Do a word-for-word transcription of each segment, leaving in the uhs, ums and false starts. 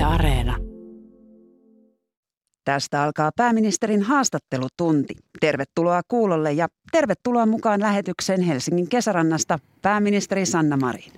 Areena. Tästä alkaa pääministerin haastattelutunti. Tervetuloa kuulolle ja tervetuloa mukaan lähetykseen Helsingin kesärannasta pääministeri Sanna Marin.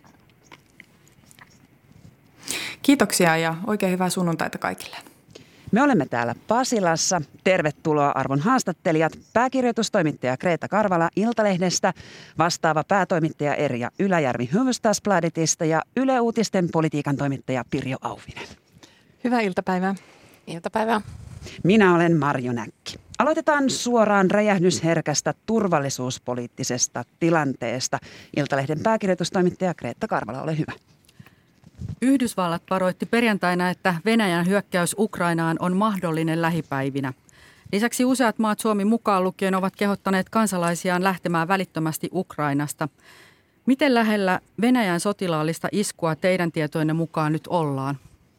Kiitoksia ja oikein hyvää sunnuntaita kaikille. Me olemme täällä Pasilassa. Tervetuloa arvon haastattelijat, pääkirjoitustoimittaja Kreta Karvala Iltalehdestä, vastaava päätoimittaja Erja Yläjärvi Hufvudstadsbladetista ja Yle Uutisten politiikan toimittaja Pirjo Auvinen. Hyvää iltapäivää. Iltapäivää. Minä olen Marjo Näkki. Aloitetaan suoraan räjähdysherkästä turvallisuuspoliittisesta tilanteesta. Iltalehden pääkirjoitustoimittaja Kreta Karvala, ole hyvä. Yhdysvallat varoitti perjantaina, että Venäjän hyökkäys Ukrainaan on mahdollinen lähipäivinä. Lisäksi useat maat, Suomi mukaan lukien, ovat kehottaneet kansalaisiaan lähtemään välittömästi Ukrainasta. Miten lähellä Venäjän sotilaallista iskua teidän tietojenne mukaan nyt ollaan?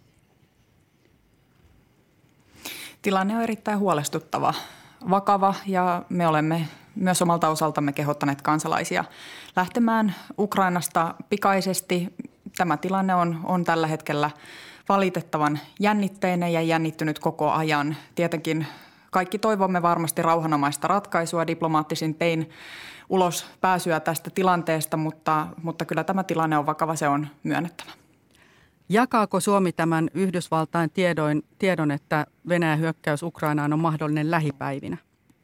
Tilanne on erittäin huolestuttava, vakava ja me olemme myös omalta osaltamme kehottaneet kansalaisia lähtemään Ukrainasta pikaisesti. Tämä tilanne on, on tällä hetkellä valitettavan jännitteinen ja jännittynyt koko ajan. Tietenkin kaikki toivomme varmasti rauhanomaista ratkaisua, diplomaattisin tein ulos pääsyä tästä tilanteesta, mutta, mutta kyllä tämä tilanne on vakava, se on myönnettävä. Jakaako Suomi tämän Yhdysvaltain tiedon, tiedon, että Venäjän hyökkäys Ukrainaan on mahdollinen lähipäivinä?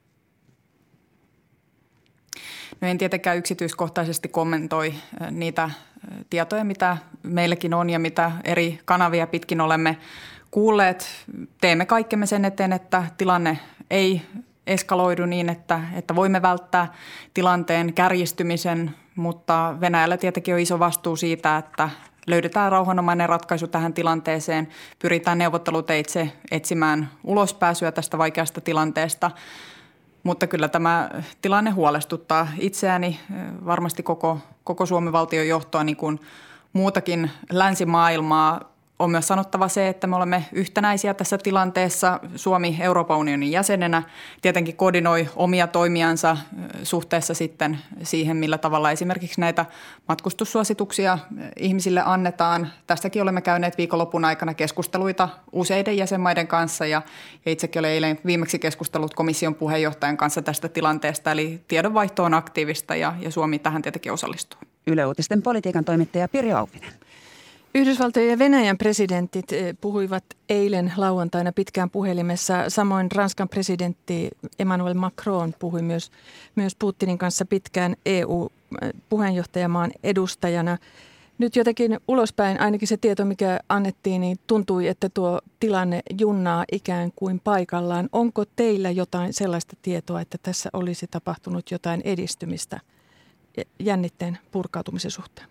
No en tietenkään yksityiskohtaisesti kommentoi niitä tietoja, mitä meilläkin on ja mitä eri kanavia pitkin olemme kuulleet. Teemme kaikkemme sen eteen, että tilanne ei eskaloidu niin, että, että voimme välttää tilanteen kärjistymisen, mutta Venäjällä tietenkin on iso vastuu siitä, että löydetään rauhanomainen ratkaisu tähän tilanteeseen, pyritään neuvotteluteitse etsimään ulospääsyä tästä vaikeasta tilanteesta. Mutta kyllä tämä tilanne huolestuttaa itseäni, varmasti koko, koko Suomen valtion johtoa, niin kuin muutakin länsimaailmaa. On myös sanottava se, että me olemme yhtenäisiä tässä tilanteessa. Suomi Euroopan unionin jäsenenä tietenkin koordinoi omia toimiansa suhteessa sitten siihen, millä tavalla esimerkiksi näitä matkustussuosituksia ihmisille annetaan. Tästäkin olemme käyneet viikonlopun aikana keskusteluita useiden jäsenmaiden kanssa ja, ja itsekin olen eilen viimeksi keskustellut komission puheenjohtajan kanssa tästä tilanteesta. Eli tiedonvaihto on aktiivista ja, ja Suomi tähän tietenkin osallistuu. Yle Uutisten politiikan toimittaja Pirjo Auvinen. Yhdysvaltojen ja Venäjän presidentit puhuivat eilen lauantaina pitkään puhelimessa. Samoin Ranskan presidentti Emmanuel Macron puhui myös, myös Putinin kanssa pitkään E U-puheenjohtajamaan edustajana. Nyt jotenkin ulospäin, ainakin se tieto, mikä annettiin, niin tuntui, että tuo tilanne junnaa ikään kuin paikallaan. Onko teillä jotain sellaista tietoa, että tässä olisi tapahtunut jotain edistymistä jännitteen purkautumisen suhteen?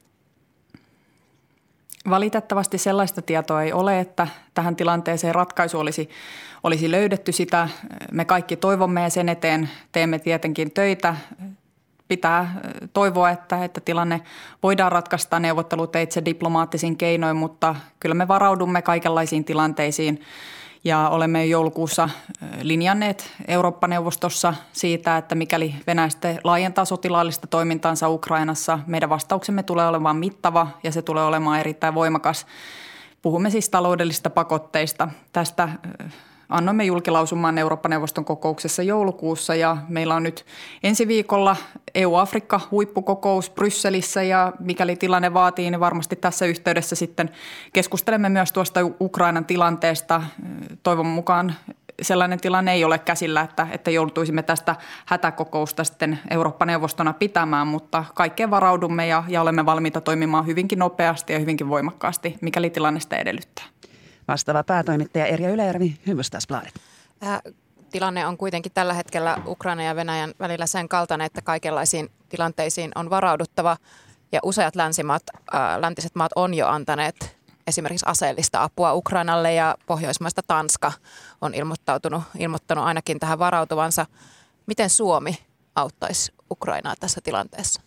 Valitettavasti sellaista tietoa ei ole, että tähän tilanteeseen ratkaisu olisi, olisi löydetty. Sitä me kaikki toivomme ja sen eteen teemme tietenkin töitä. Pitää toivoa, että, että tilanne voidaan ratkaista neuvotteluteitse diplomaattisin keinoin, mutta kyllä me varaudumme kaikenlaisiin tilanteisiin. Ja olemme joulukuussa linjanneet Eurooppa-neuvostossa siitä, että mikäli Venäjä laajentaa sotilaallista toimintaansa Ukrainassa, meidän vastauksemme tulee olemaan mittava ja se tulee olemaan erittäin voimakas. Puhumme siis taloudellisista pakotteista. Tästä annoimme julkilausumaan Eurooppa-neuvoston kokouksessa joulukuussa ja meillä on nyt ensi viikolla E U-Afrikka-huippukokous Brysselissä ja mikäli tilanne vaatii, niin varmasti tässä yhteydessä sitten keskustelemme myös tuosta Ukrainan tilanteesta. Toivon mukaan sellainen tilanne ei ole käsillä, että, että joutuisimme tästä hätäkokousta sitten Eurooppa-neuvostona pitämään, mutta kaikkeen varaudumme ja, ja olemme valmiita toimimaan hyvinkin nopeasti ja hyvinkin voimakkaasti, mikäli tilanne sitä edellyttää. Vastaava päätoimittaja Erja Yläjärvi Hufvudstadsbladet. Äh, tilanne on kuitenkin tällä hetkellä Ukraina ja Venäjän välillä sen kaltainen, että kaikenlaisiin tilanteisiin on varauduttava. Ja useat länsimaat, äh, läntiset maat on jo antaneet esimerkiksi aseellista apua Ukrainalle ja Pohjoismaista Tanska on ilmoittautunut, ilmoittanut ainakin tähän varautuvansa. Miten Suomi auttaisi Ukrainaa tässä tilanteessa?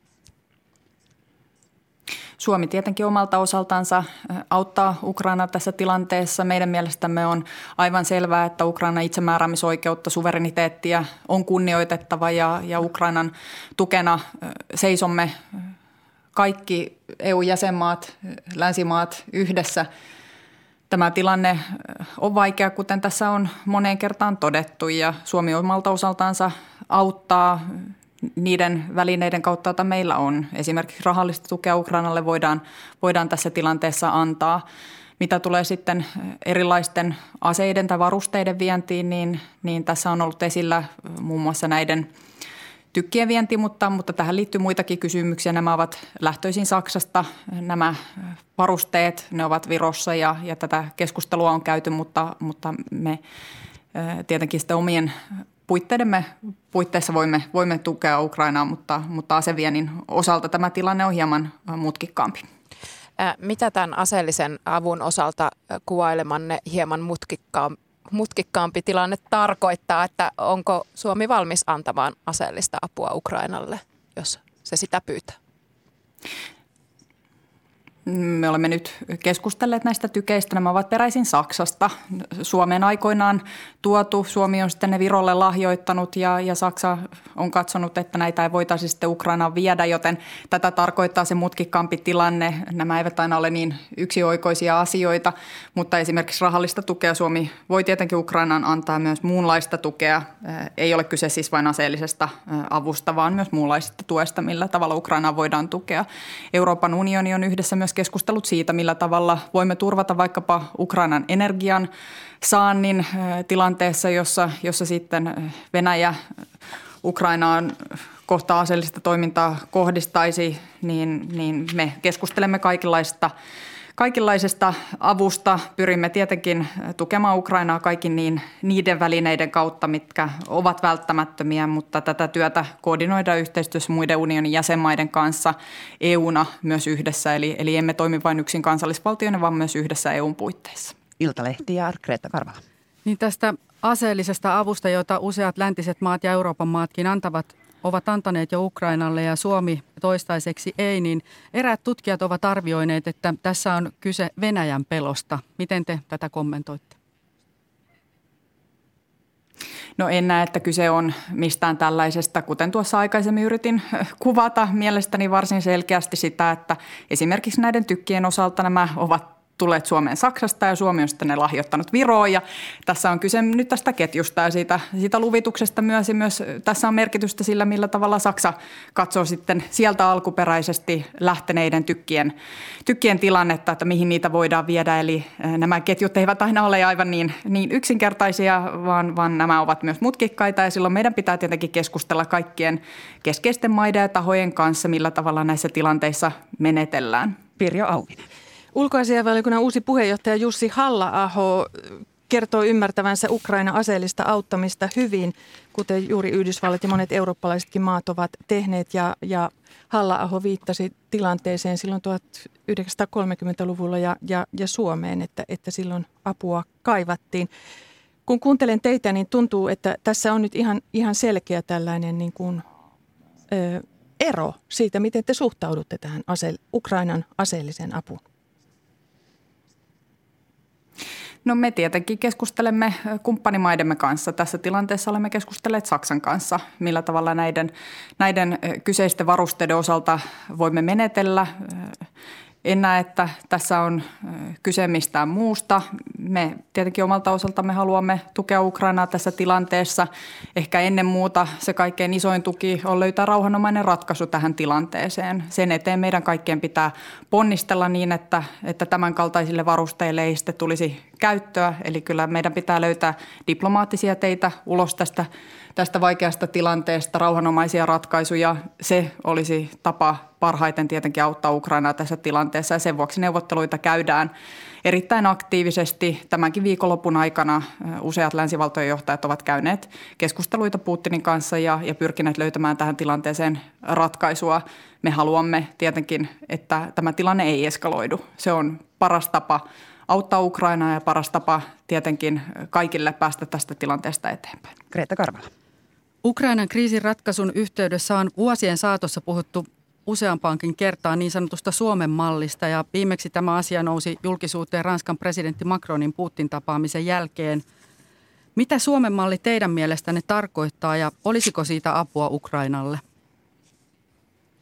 Suomi tietenkin omalta osaltansa auttaa Ukrainaa tässä tilanteessa. Meidän mielestämme on aivan selvää, että Ukrainan itsemääräämisoikeutta, suvereniteettia on kunnioitettava ja, ja Ukrainan tukena seisomme kaikki E U-jäsenmaat, länsimaat yhdessä Tämä tilanne on vaikea, kuten tässä on moneen kertaan todettu, ja Suomi omalta osaltaansa auttaa niiden välineiden kautta, joita meillä on. Esimerkiksi rahallista tukea Ukrainalle voidaan, voidaan tässä tilanteessa antaa. Mitä tulee sitten erilaisten aseiden tai varusteiden vientiin, niin, niin tässä on ollut esillä muun muassa näiden tykkien vienti, mutta, mutta tähän liittyy muitakin kysymyksiä. Nämä ovat lähtöisin Saksasta, nämä varusteet, ne ovat Virossa ja, ja tätä keskustelua on käyty, mutta, mutta me tietenkin sitten omien puitteidemme puitteissa voimme, voimme tukea Ukrainaa, mutta, mutta aseviennin osalta tämä tilanne on hieman mutkikkaampi. Mitä tämän aseellisen avun osalta kuvailemanne hieman mutkikkaampi? mutkikkaampi tilanne tarkoittaa, että onko Suomi valmis antamaan aseellista apua Ukrainalle, jos se sitä pyytää? Me olemme nyt keskustelleet näistä tykeistä. Nämä ovat peräisin Saksasta. Suomeen aikoinaan tuotu. Suomi on sitten ne Virolle lahjoittanut ja, ja Saksa on katsonut, että näitä ei voitaisi sitten Ukrainaan viedä, joten tätä tarkoittaa se mutkikkaampi tilanne. Nämä eivät aina ole niin yksioikoisia asioita, mutta esimerkiksi rahallista tukea Suomi voi tietenkin Ukrainaan antaa myös muunlaista tukea. Ei ole kyse siis vain aseellisesta avusta, vaan myös muunlaisesta tuesta, millä tavalla Ukrainaa voidaan tukea. Euroopan unioni on yhdessä myös keskustellut siitä, millä tavalla voimme turvata vaikkapa Ukrainan energian saannin tilanteessa, jossa, jossa sitten Venäjä Ukrainaan kohta aseellista toimintaa kohdistaisi, niin, niin me keskustelemme kaikenlaista, kaikenlaisesta avusta. Pyrimme tietenkin tukemaan Ukrainaa kaikin niin, niiden välineiden kautta, mitkä ovat välttämättömiä, mutta tätä työtä koordinoidaan yhteistyössä muiden unionin jäsenmaiden kanssa E U:na myös yhdessä. Eli, eli emme toimi vain yksin kansallisvaltioina, vaan myös yhdessä E U:n puitteissa. Iltalehti ja Kreetta Karvala. Niin tästä aseellisesta avusta, jota useat läntiset maat ja Euroopan maatkin antavat, ovat antaneet jo Ukrainalle ja Suomi toistaiseksi ei, niin eräät tutkijat ovat arvioineet, että tässä on kyse Venäjän pelosta. Miten te tätä kommentoitte? No en näe, että kyse on mistään tällaisesta, kuten tuossa aikaisemmin yritin kuvata mielestäni varsin selkeästi sitä, että esimerkiksi näiden tykkien osalta nämä ovat tulleet Suomeen Saksasta ja Suomi on sitten ne lahjoittanut Viroon ja tässä on kyse nyt tästä ketjusta ja siitä, siitä luvituksesta myös ja myös tässä on merkitystä sillä, millä tavalla Saksa katsoo sitten sieltä alkuperäisesti lähteneiden tykkien, tykkien tilannetta, että mihin niitä voidaan viedä. Eli nämä ketjut eivät aina ole aivan niin, niin yksinkertaisia, vaan, vaan nämä ovat myös mutkikkaita ja silloin meidän pitää tietenkin keskustella kaikkien keskeisten maiden ja tahojen kanssa, millä tavalla näissä tilanteissa menetellään. Pirjo Auvinen. Ulkoasiainvaliokunnan uusi puheenjohtaja Jussi Halla-aho kertoo ymmärtävänsä Ukraina aseellista auttamista hyvin, kuten juuri Yhdysvallat ja monet eurooppalaisetkin maat ovat tehneet. Ja, ja Halla-aho viittasi tilanteeseen silloin tuhatyhdeksänsataakolmekymmentäluvulla ja, ja, ja Suomeen, että, että silloin apua kaivattiin. Kun kuuntelen teitä, niin tuntuu, että tässä on nyt ihan, ihan selkeä tällainen niin kuin, ö, ero siitä, miten te suhtaudutte tähän ase- Ukrainan aseelliseen apuun. No me tietenkin keskustelemme kumppanimaidemme kanssa. Tässä tilanteessa olemme keskustelleet Saksan kanssa, millä tavalla näiden, näiden kyseisten varusteiden osalta voimme menetellä. En näe, että tässä on kyse mistään muusta. Me tietenkin omalta osaltamme haluamme tukea Ukrainaa tässä tilanteessa. Ehkä ennen muuta se kaikkein isoin tuki on löytää rauhanomainen ratkaisu tähän tilanteeseen. Sen eteen meidän kaikkien pitää ponnistella niin, että, että tämän kaltaisille varusteille ei sitten tulisi käyttöä. Eli kyllä meidän pitää löytää diplomaattisia teitä ulos tästä, tästä vaikeasta tilanteesta, rauhanomaisia ratkaisuja. Se olisi tapa parhaiten tietenkin auttaa Ukrainaa tässä tilanteessa ja sen vuoksi neuvotteluita käydään erittäin aktiivisesti. Tämänkin viikonlopun aikana useat länsivaltojen johtajat ovat käyneet keskusteluita Putinin kanssa ja, ja pyrkineet löytämään tähän tilanteeseen ratkaisua. Me haluamme tietenkin, että tämä tilanne ei eskaloidu. Se on paras tapa auttaa Ukrainaa ja paras tapa tietenkin kaikille päästä tästä tilanteesta eteenpäin. Kreetta Karvala. Ukrainan kriisin ratkaisun yhteydessä on vuosien saatossa puhuttu useampaankin kertaan niin sanotusta Suomen mallista ja viimeksi tämä asia nousi julkisuuteen Ranskan presidentti Macronin Putin-tapaamisen jälkeen. Mitä Suomen malli teidän mielestänne tarkoittaa ja olisiko siitä apua Ukrainalle?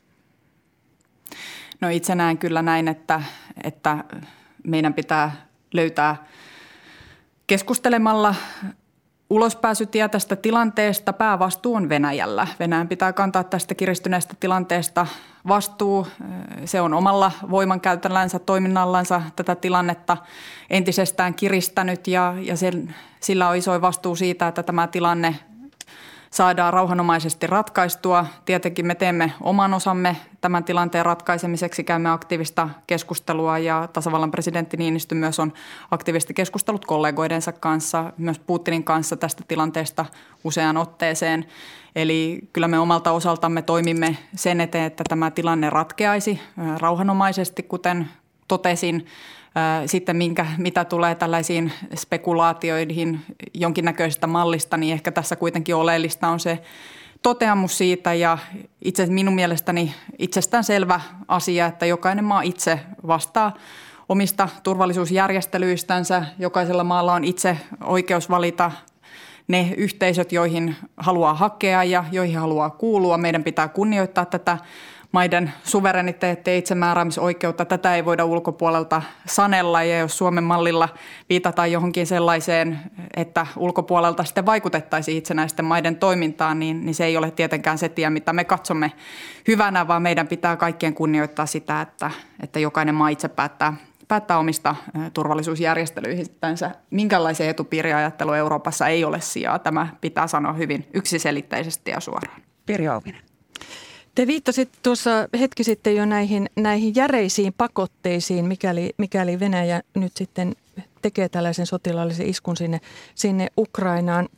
No itse näen kyllä näin, että, että meidän pitää löytää keskustelemalla ulospääsytie tästä tilanteesta. Päävastuu on Venäjällä. Venäjän pitää kantaa tästä kiristyneestä tilanteesta vastuu. Se on omalla voimankäytöllänsä, toiminnallansa tätä tilannetta entisestään kiristänyt ja, ja sen, sillä on iso vastuu siitä, että tämä tilanne saadaan rauhanomaisesti ratkaistua. Tietenkin me teemme oman osamme tämän tilanteen ratkaisemiseksi, käymme aktiivista keskustelua ja tasavallan presidentti Niinistö myös on aktiivisesti keskustellut kollegoidensa kanssa, myös Putinin kanssa tästä tilanteesta useaan otteeseen. Eli kyllä me omalta osaltamme toimimme sen eteen, että tämä tilanne ratkeaisi rauhanomaisesti, kuten totesin. Sitten minkä, mitä tulee tällaisiin spekulaatioihin jonkinnäköisestä mallista, niin ehkä tässä kuitenkin oleellista on se toteamus siitä ja itse minun mielestäni itsestään selvä asia, että jokainen maa itse vastaa omista turvallisuusjärjestelyistänsä. Jokaisella maalla on itse oikeus valita ne yhteisöt, joihin haluaa hakea ja joihin haluaa kuulua. Meidän pitää kunnioittaa tätä maiden suvereniteettia ja itsemääräämisoikeutta. Tätä ei voida ulkopuolelta sanella ja jos Suomen mallilla viitataan johonkin sellaiseen, että ulkopuolelta sitten vaikutettaisiin itsenäisten maiden toimintaan, niin, niin se ei ole tietenkään se tie, mitä me katsomme hyvänä, vaan meidän pitää kaikkien kunnioittaa sitä, että, että jokainen maa itse päättää, päättää omista turvallisuusjärjestelyihinsä. Minkälaisen etupiiriajattelun Euroopassa ei ole sijaa. Tämä pitää sanoa hyvin yksiselitteisesti ja suoraan. Pirjo Auvinen. Te viittasitte tuossa hetki sitten jo näihin, näihin järeisiin pakotteisiin, mikäli, mikäli Venäjä nyt sitten tekee tällaisen sotilaallisen iskun sinne, sinne Ukrainaan.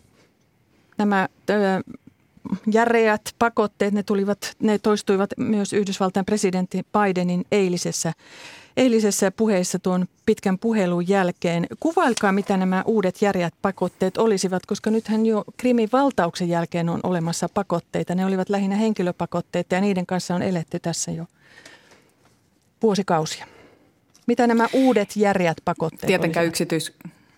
Nämä ö, järeät pakotteet, ne, tulivat, ne toistuivat myös Yhdysvaltain presidentti Bidenin eilisessä, eilisessä puheessa tuon pitkän puhelun jälkeen. Kuvailkaa, mitä nämä uudet järeät pakotteet olisivat, koska nythän jo Krimin valtauksen jälkeen on olemassa pakotteita. Ne olivat lähinnä henkilöpakotteita ja niiden kanssa on eletty tässä jo vuosikausia. Mitä nämä uudet järeät pakotteet Tietenkään, olisivat? yksityis...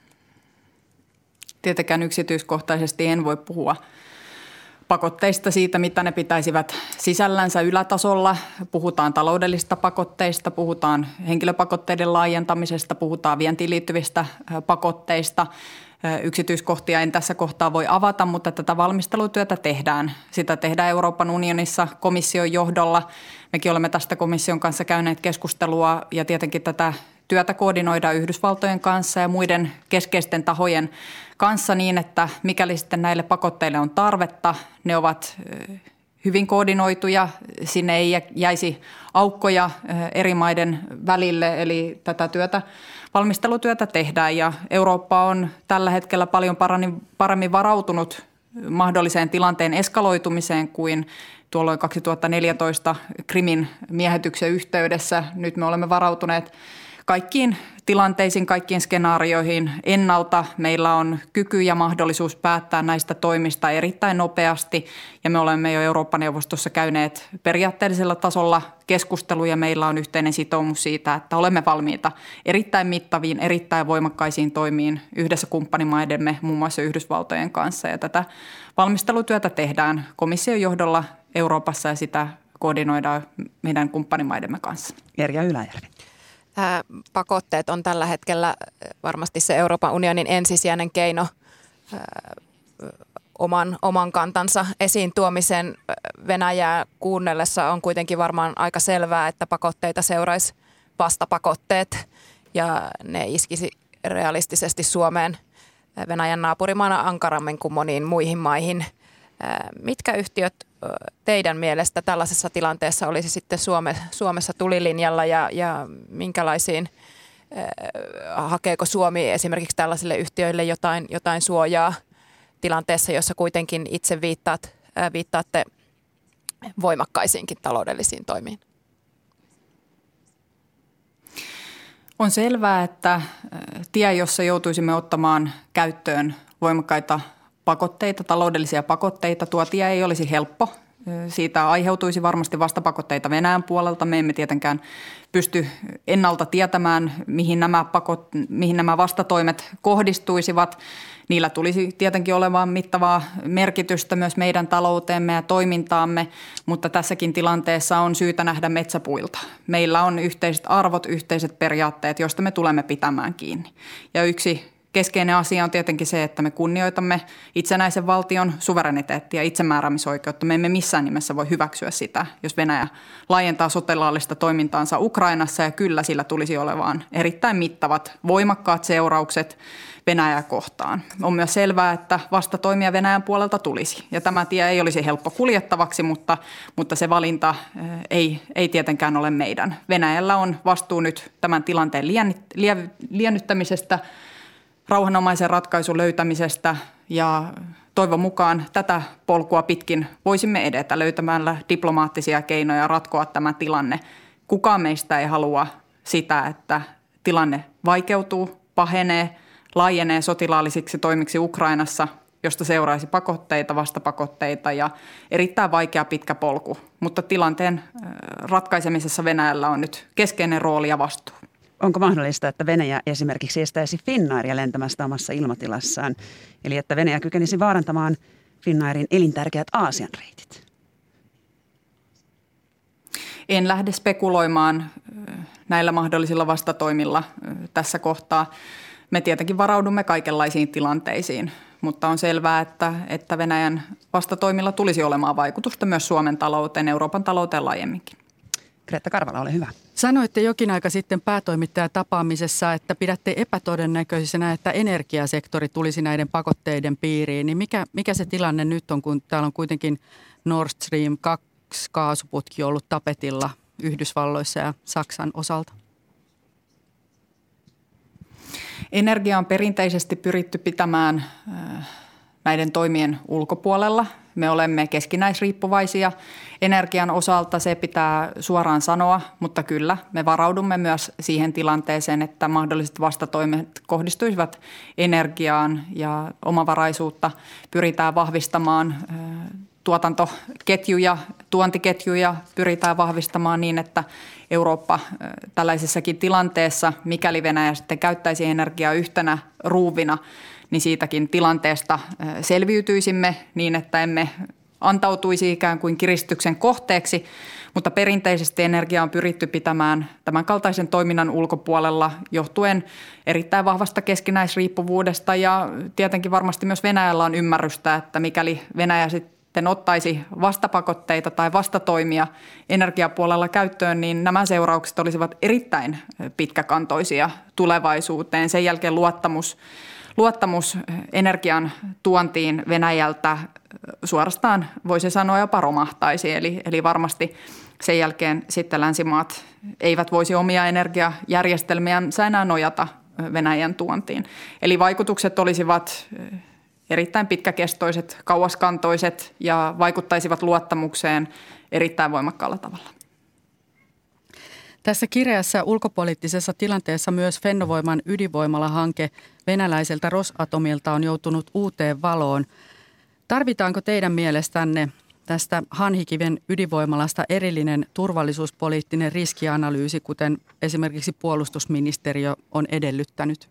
Tietenkään yksityiskohtaisesti en voi puhua pakotteista siitä, mitä ne pitäisivät sisällänsä ylätasolla. Puhutaan taloudellisista pakotteista, puhutaan henkilöpakotteiden laajentamisesta, puhutaan vientiin liittyvistä pakotteista. Yksityiskohtia en tässä kohtaa voi avata, mutta tätä valmistelutyötä tehdään. Sitä tehdään Euroopan unionissa komission johdolla. Mekin olemme tästä komission kanssa käyneet keskustelua ja tietenkin tätä työtä koordinoidaan Yhdysvaltojen kanssa ja muiden keskeisten tahojen kanssa niin, että mikäli sitten näille pakotteille on tarvetta, ne ovat hyvin koordinoituja, sinne ei jäisi aukkoja eri maiden välille, eli tätä työtä, valmistelutyötä tehdään ja Eurooppa on tällä hetkellä paljon paremmin varautunut mahdolliseen tilanteen eskaloitumiseen kuin tuolloin kaksituhattaneljätoista Krimin miehityksen yhteydessä. Nyt me olemme varautuneet kaikkiin tilanteisiin, kaikkiin skenaarioihin ennalta. Meillä on kyky ja mahdollisuus päättää näistä toimista erittäin nopeasti ja me olemme jo Eurooppa-neuvostossa käyneet periaatteellisella tasolla keskusteluja. Meillä on yhteinen sitoumus siitä, että olemme valmiita erittäin mittaviin, erittäin voimakkaisiin toimiin yhdessä kumppanimaidemme, muun muassa Yhdysvaltojen kanssa. Ja tätä valmistelutyötä tehdään komission johdolla Euroopassa ja sitä koordinoidaan meidän kumppanimaidemme kanssa. Erja Yläjärvi. Pakotteet on tällä hetkellä varmasti se Euroopan unionin ensisijainen keino oman, oman kantansa esiin tuomisen. Venäjää kuunnellessa on kuitenkin varmaan aika selvää, että pakotteita seuraisi vastapakotteet ja ne iskisi realistisesti Suomeen Venäjän naapurimaana ankarammin kuin moniin muihin maihin. Mitkä yhtiöt teidän mielestä tällaisessa tilanteessa olisi sitten Suome, Suomessa tulilinjalla ja, ja minkälaisiin, äh, hakeeko Suomi esimerkiksi tällaisille yhtiöille jotain, jotain suojaa tilanteessa, jossa kuitenkin itse viittaat, äh, viittaatte voimakkaisiinkin taloudellisiin toimiin? On selvää, että tie, jossa joutuisimme ottamaan käyttöön voimakkaita pakotteita, taloudellisia pakotteita, tuo tie ei olisi helppo. Siitä aiheutuisi varmasti vastapakotteita Venäjän puolelta. Me emme tietenkään pysty ennalta tietämään, mihin nämä, pakot, mihin nämä vastatoimet kohdistuisivat. Niillä tulisi tietenkin olemaan mittavaa merkitystä myös meidän talouteemme ja toimintaamme, mutta tässäkin tilanteessa on syytä nähdä metsäpuilta. Meillä on yhteiset arvot, yhteiset periaatteet, joista me tulemme pitämään kiinni. Ja yksi keskeinen asia on tietenkin se, että me kunnioitamme itsenäisen valtion suvereniteettia ja itsemääräämisoikeutta. Me emme missään nimessä voi hyväksyä sitä, jos Venäjä laajentaa sotilaallista toimintaansa Ukrainassa, ja kyllä sillä tulisi olemaan erittäin mittavat, voimakkaat seuraukset Venäjää kohtaan. On myös selvää, että vastatoimia Venäjän puolelta tulisi, ja tämä tie ei olisi helppo kuljettavaksi, mutta, mutta se valinta ei, ei tietenkään ole meidän. Venäjällä on vastuu nyt tämän tilanteen liennyttämisestä, rauhanomaisen ratkaisun löytämisestä, ja toivon mukaan tätä polkua pitkin voisimme edetä löytämällä diplomaattisia keinoja ratkoa tämä tilanne. Kukaan meistä ei halua sitä, että tilanne vaikeutuu, pahenee, laajenee sotilaallisiksi toimiksi Ukrainassa, josta seuraisi pakotteita, vastapakotteita ja erittäin vaikea pitkä polku. Mutta tilanteen ratkaisemisessa Venäjällä on nyt keskeinen rooli ja vastuu. Onko mahdollista, että Venäjä esimerkiksi estäisi Finnairia lentämästä omassa ilmatilassaan, eli että Venäjä kykenisi vaarantamaan Finnairin elintärkeät Aasian reitit? En lähde spekuloimaan näillä mahdollisilla vastatoimilla tässä kohtaa. Me tietenkin varaudumme kaikenlaisiin tilanteisiin, mutta on selvää, että, että Venäjän vastatoimilla tulisi olemaan vaikutusta myös Suomen talouteen, Euroopan talouteen laajemminkin. Kreetta Karvala, ole hyvä. Sanoitte jokin aika sitten päätoimittajatapaamisessa, että pidätte epätodennäköisenä, että energiasektori tulisi näiden pakotteiden piiriin. Niin mikä, mikä se tilanne nyt on, kun täällä on kuitenkin Nord Stream kaksi kaasuputki ollut tapetilla Yhdysvalloissa ja Saksan osalta? Energia on perinteisesti pyritty pitämään näiden toimien ulkopuolella. Me olemme keskinäisriippuvaisia energian osalta, se pitää suoraan sanoa, mutta kyllä me varaudumme myös siihen tilanteeseen, että mahdolliset vastatoimet kohdistuisivat energiaan ja omavaraisuutta pyritään vahvistamaan. Tuotantoketjuja, tuontiketjuja pyritään vahvistamaan niin, että Eurooppa tällaisessakin tilanteessa, mikäli Venäjä sitten käyttäisi energiaa yhtenä ruuvina, niin siitäkin tilanteesta selviytyisimme niin, että emme antautuisi ikään kuin kiristyksen kohteeksi, mutta perinteisesti energia on pyritty pitämään tämän kaltaisen toiminnan ulkopuolella johtuen erittäin vahvasta keskinäisriippuvuudesta, ja tietenkin varmasti myös Venäjällä on ymmärrystä, että mikäli Venäjä sitten ottaisi vastapakotteita tai vastatoimia energiapuolella käyttöön, niin nämä seuraukset olisivat erittäin pitkäkantoisia tulevaisuuteen. Sen jälkeen luottamus Luottamus energian tuontiin Venäjältä suorastaan voisi sanoa jopa romahtaisi, eli, eli varmasti sen jälkeen sitten länsimaat eivät voisi omia energiajärjestelmiänsä enää nojata Venäjän tuontiin. Eli vaikutukset olisivat erittäin pitkäkestoiset, kauaskantoiset ja vaikuttaisivat luottamukseen erittäin voimakkaalla tavalla. Tässä kireässä ulkopoliittisessa tilanteessa myös Fennovoiman ydinvoimalahanke venäläiseltä Rosatomilta on joutunut uuteen valoon. Tarvitaanko teidän mielestänne tästä Hanhikiven ydinvoimalasta erillinen turvallisuuspoliittinen riskianalyysi, kuten esimerkiksi puolustusministeriö on edellyttänyt?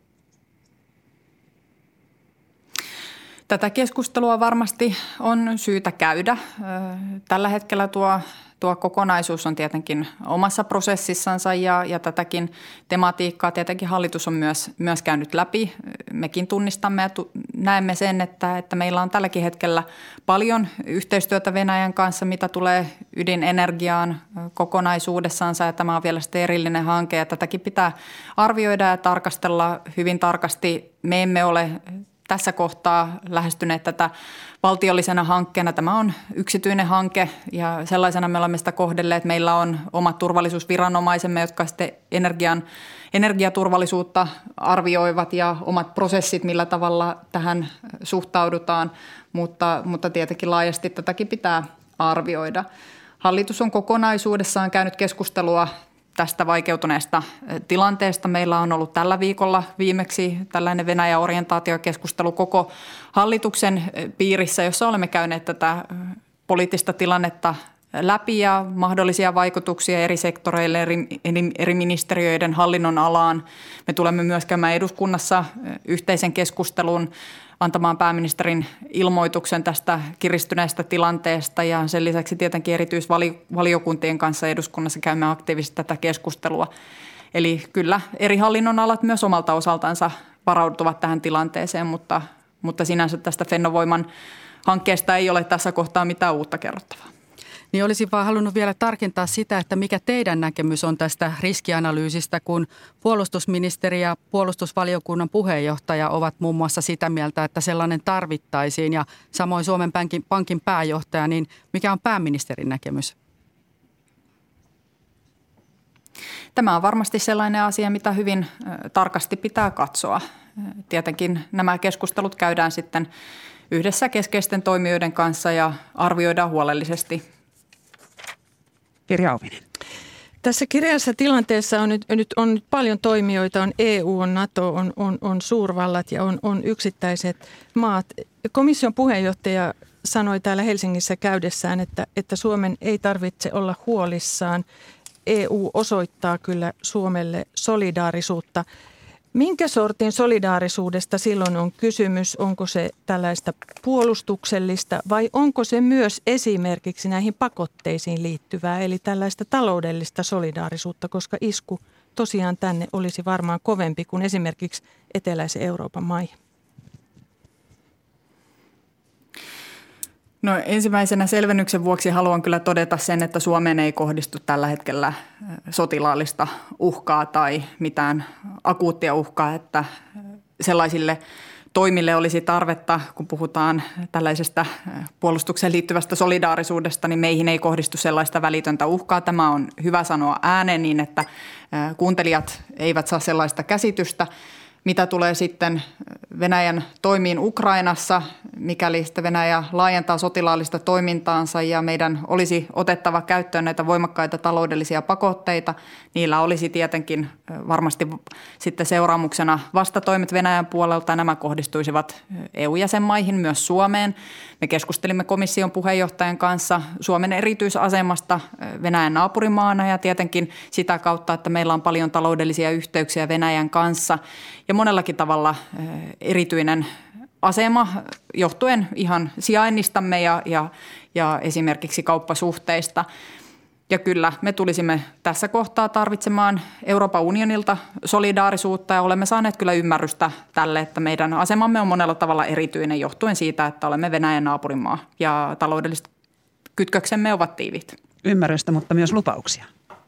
Tätä keskustelua varmasti on syytä käydä. Tällä hetkellä tuo, tuo kokonaisuus on tietenkin omassa prosessissansa ja, ja tätäkin tematiikkaa tietenkin hallitus on myös, myös käynyt läpi. Mekin tunnistamme ja tu, näemme sen, että, että meillä on tälläkin hetkellä paljon yhteistyötä Venäjän kanssa, mitä tulee ydinenergiaan kokonaisuudessansa, ja tämä on vielä sitten erillinen hanke ja tätäkin pitää arvioida ja tarkastella hyvin tarkasti. Me emme ole tässä kohtaa lähestyneet tätä valtiollisena hankkeena. Tämä on yksityinen hanke ja sellaisena me olemme sitä kohdelleet. Meillä on omat turvallisuusviranomaisemme, jotka sitten energian, energiaturvallisuutta arvioivat ja omat prosessit, millä tavalla tähän suhtaudutaan, mutta, mutta tietenkin laajasti tätäkin pitää arvioida. Hallitus on kokonaisuudessaan käynyt keskustelua tästä vaikeutuneesta tilanteesta. Meillä on ollut tällä viikolla viimeksi tällainen Venäjä-orientaatiokeskustelu koko hallituksen piirissä, jossa olemme käyneet tätä poliittista tilannetta läpi ja mahdollisia vaikutuksia eri sektoreille, eri, eri ministeriöiden hallinnon alaan. Me tulemme myös käymään eduskunnassa yhteisen keskustelun, antamaan pääministerin ilmoituksen tästä kiristyneestä tilanteesta ja sen lisäksi tietenkin erityisvaliokuntien kanssa eduskunnassa käymme aktiivisesti tätä keskustelua. Eli kyllä eri hallinnonalat myös omalta osaltansa varautuvat tähän tilanteeseen, mutta, mutta sinänsä tästä Fennovoiman hankkeesta ei ole tässä kohtaa mitään uutta kerrottavaa. Niin olisin vaan halunnut vielä tarkentaa sitä, että mikä teidän näkemys on tästä riskianalyysistä, kun puolustusministeri ja puolustusvaliokunnan puheenjohtaja ovat muun muassa sitä mieltä, että sellainen tarvittaisiin ja samoin Suomen Pankin, pankin pääjohtaja, niin mikä on pääministerin näkemys? Tämä on varmasti sellainen asia, mitä hyvin tarkasti pitää katsoa. Tietenkin nämä keskustelut käydään sitten yhdessä keskeisten toimijoiden kanssa ja arvioidaan huolellisesti. Pirja Auvinen. Tässä kireässä tilanteessa on nyt, nyt, on nyt paljon toimijoita, on E U, on NATO, on, on, on suurvallat ja on, on yksittäiset maat. Komission puheenjohtaja sanoi täällä Helsingissä käydessään, että, että Suomen ei tarvitse olla huolissaan. E U osoittaa kyllä Suomelle solidaarisuutta. Minkä sortin solidaarisuudesta silloin on kysymys? Onko se tällaista puolustuksellista vai onko se myös esimerkiksi näihin pakotteisiin liittyvää, eli tällaista taloudellista solidaarisuutta, koska isku tosiaan tänne olisi varmaan kovempi kuin esimerkiksi eteläisen Euroopan maihin? No ensimmäisenä selvennyksen vuoksi haluan kyllä todeta sen, että Suomeen ei kohdistu tällä hetkellä sotilaallista uhkaa tai mitään akuuttia uhkaa, että sellaisille toimille olisi tarvetta, kun puhutaan tällaisesta puolustukseen liittyvästä solidaarisuudesta, niin meihin ei kohdistu sellaista välitöntä uhkaa. Tämä on hyvä sanoa ääneen niin, että kuuntelijat eivät saa sellaista käsitystä. Mitä tulee sitten Venäjän toimiin Ukrainassa, mikäli sitten Venäjä laajentaa sotilaallista toimintaansa ja meidän olisi otettava käyttöön näitä voimakkaita taloudellisia pakotteita, niillä olisi tietenkin varmasti sitten seuraamuksena vastatoimet Venäjän puolelta. Nämä kohdistuisivat E U-jäsenmaihin, myös Suomeen. Me keskustelimme komission puheenjohtajan kanssa Suomen erityisasemasta Venäjän naapurimaana ja tietenkin sitä kautta, että meillä on paljon taloudellisia yhteyksiä Venäjän kanssa ja monellakin tavalla erityinen asema johtuen ihan sijainnistamme ja, ja, ja esimerkiksi kauppasuhteista. Ja kyllä me tulisimme tässä kohtaa tarvitsemaan Euroopan unionilta solidaarisuutta ja olemme saaneet kyllä ymmärrystä tälle, että meidän asemamme on monella tavalla erityinen johtuen siitä, että olemme Venäjän naapurimaa ja taloudelliset kytköksemme ovat tiivit. Ymmärrystä, mutta myös lupauksia.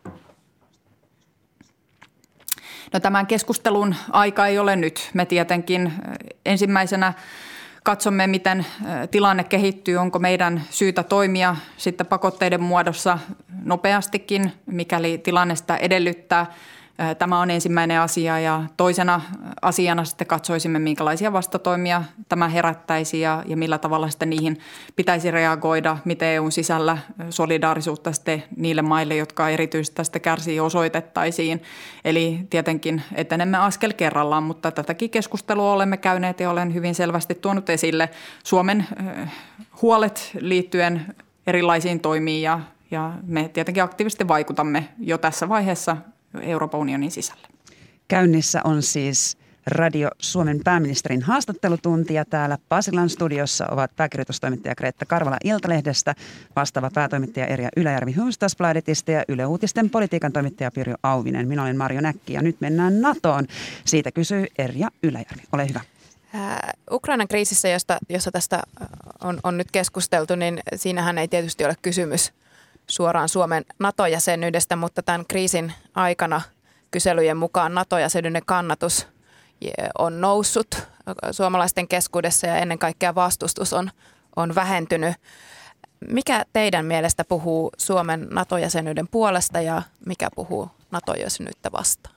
No tämän keskustelun aika ei ole nyt. Me tietenkin ensimmäisenä katsomme, miten tilanne kehittyy, onko meidän syytä toimia sitten pakotteiden muodossa nopeastikin, mikäli tilanne sitä edellyttää. Tämä on ensimmäinen asia ja toisena asiana sitten katsoisimme, minkälaisia vastatoimia tämä herättäisi ja, ja millä tavalla sitten niihin pitäisi reagoida, miten E U:n sisällä solidaarisuutta sitten niille maille, jotka erityisesti tästä kärsii, osoitettaisiin. Eli tietenkin etenemme askel kerrallaan, mutta tätäkin keskustelua olemme käyneet ja olen hyvin selvästi tuonut esille Suomen huolet liittyen erilaisiin toimiin ja, ja me tietenkin aktiivisesti vaikutamme jo tässä vaiheessa Euroopan unionin sisällä. Käynnissä on siis Radio Suomen pääministerin haastattelutunti ja täällä Pasilan studiossa ovat pääkirjoitustoimittaja Kreetta Karvala Iltalehdestä, vastaava päätoimittaja Erja Yläjärvi Hufvudstadsbladetista ja Yle Uutisten politiikan toimittaja Pirjo Auvinen. Minä olen Marjo Näkki ja nyt mennään NATOon. Siitä kysyy Erja Yläjärvi. Ole hyvä. Ukrainan kriisissä, josta, jossa tästä on, on nyt keskusteltu, niin siinähän ei tietysti ole kysymys suoraan Suomen NATO-jäsenyydestä, mutta tämän kriisin aikana kyselyjen mukaan NATO-jäsenyyden kannatus on noussut suomalaisten keskuudessa ja ennen kaikkea vastustus on, on vähentynyt. Mikä teidän mielestä puhuu Suomen NATO-jäsenyyden puolesta ja mikä puhuu NATO-jäsenyyttä vastaan?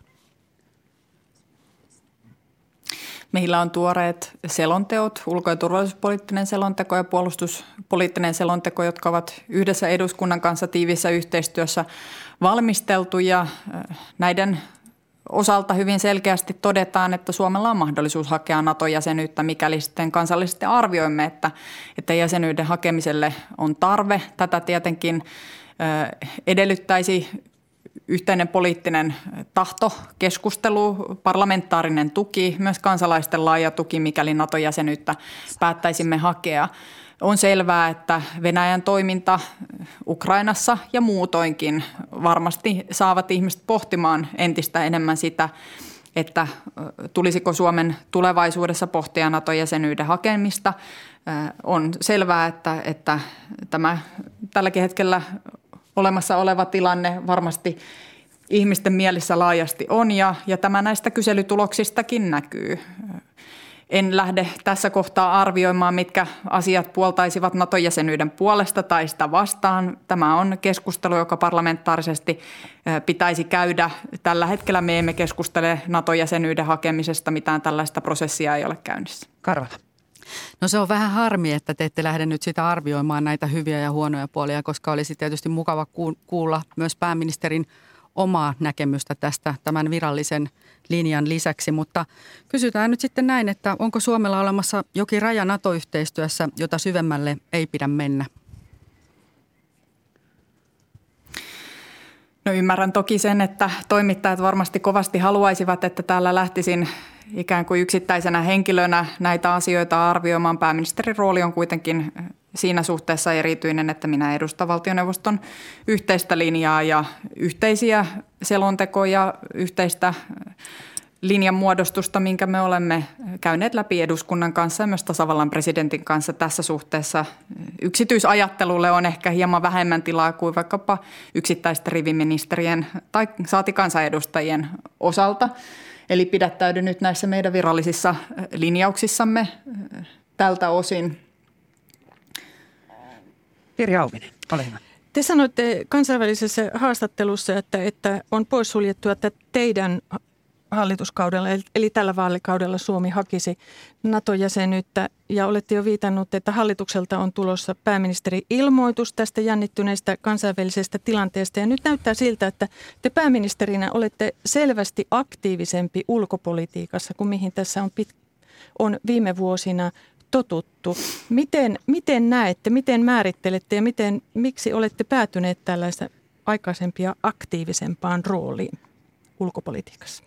Meillä on tuoreet selonteot, ulko- ja turvallisuuspoliittinen selonteko ja puolustuspoliittinen selonteko, jotka ovat yhdessä eduskunnan kanssa tiiviissä yhteistyössä valmisteltu ja näiden osalta hyvin selkeästi todetaan, että Suomella on mahdollisuus hakea NATO-jäsenyyttä, mikäli sitten kansallisesti arvioimme, että, että jäsenyyden hakemiselle on tarve. Tätä tietenkin edellyttäisi yhteinen poliittinen tahto, keskustelu, parlamentaarinen tuki, myös kansalaisten laaja tuki, mikäli NATO-jäsenyyttä päättäisimme hakea. On selvää, että Venäjän toiminta Ukrainassa ja muutoinkin varmasti saavat ihmiset pohtimaan entistä enemmän sitä, että tulisiko Suomen tulevaisuudessa pohtia NATO-jäsenyyden hakemista. On selvää, että, että tämä tälläkin hetkellä olemassa oleva tilanne varmasti ihmisten mielissä laajasti on ja, ja tämä näistä kyselytuloksistakin näkyy. En lähde tässä kohtaa arvioimaan, mitkä asiat puoltaisivat NATO-jäsenyyden puolesta tai sitä vastaan. Tämä on keskustelu, joka parlamentaarisesti pitäisi käydä. Tällä hetkellä me emme keskustele NATO-jäsenyyden hakemisesta, mitään tällaista prosessia ei ole käynnissä. Karvala. No se on vähän harmi, että te ette lähde nyt sitä arvioimaan näitä hyviä ja huonoja puolia, koska olisi tietysti mukava kuulla myös pääministerin omaa näkemystä tästä tämän virallisen linjan lisäksi. Mutta kysytään nyt sitten näin, että onko Suomella olemassa jokin raja NATO-yhteistyössä, jota syvemmälle ei pidä mennä? No ymmärrän toki sen, että toimittajat varmasti kovasti haluaisivat, että täällä lähtisin ikään kuin yksittäisenä henkilönä näitä asioita arvioimaan. Pääministerin rooli on kuitenkin siinä suhteessa erityinen, että minä edustan valtioneuvoston yhteistä linjaa ja yhteisiä selontekoja, yhteistä linjanmuodostusta, minkä me olemme käyneet läpi eduskunnan kanssa ja myös tasavallan presidentin kanssa tässä suhteessa. Yksityisajattelulle on ehkä hieman vähemmän tilaa kuin vaikkapa yksittäisten riviministerien tai saati kansanedustajien osalta. Eli pidättäydyn nyt näissä meidän virallisissa linjauksissamme tältä osin. Pirja Auvinen, ole hyvä. Te sanoitte kansainvälisessä haastattelussa, että, että on poissuljettu, että teidän hallituskaudella, eli tällä vaalikaudella Suomi hakisi NATO-jäsenyyttä ja olette jo viitannut, että hallitukselta on tulossa pääministeri-ilmoitus tästä jännittyneestä kansainvälisestä tilanteesta. Ja nyt näyttää siltä, että te pääministerinä olette selvästi aktiivisempi ulkopolitiikassa kuin mihin tässä on, pit- on viime vuosina totuttu. Miten, miten näette, miten määrittelette ja miten, miksi olette päätyneet tällaista aikaisempia aktiivisempaan rooliin ulkopolitiikassa?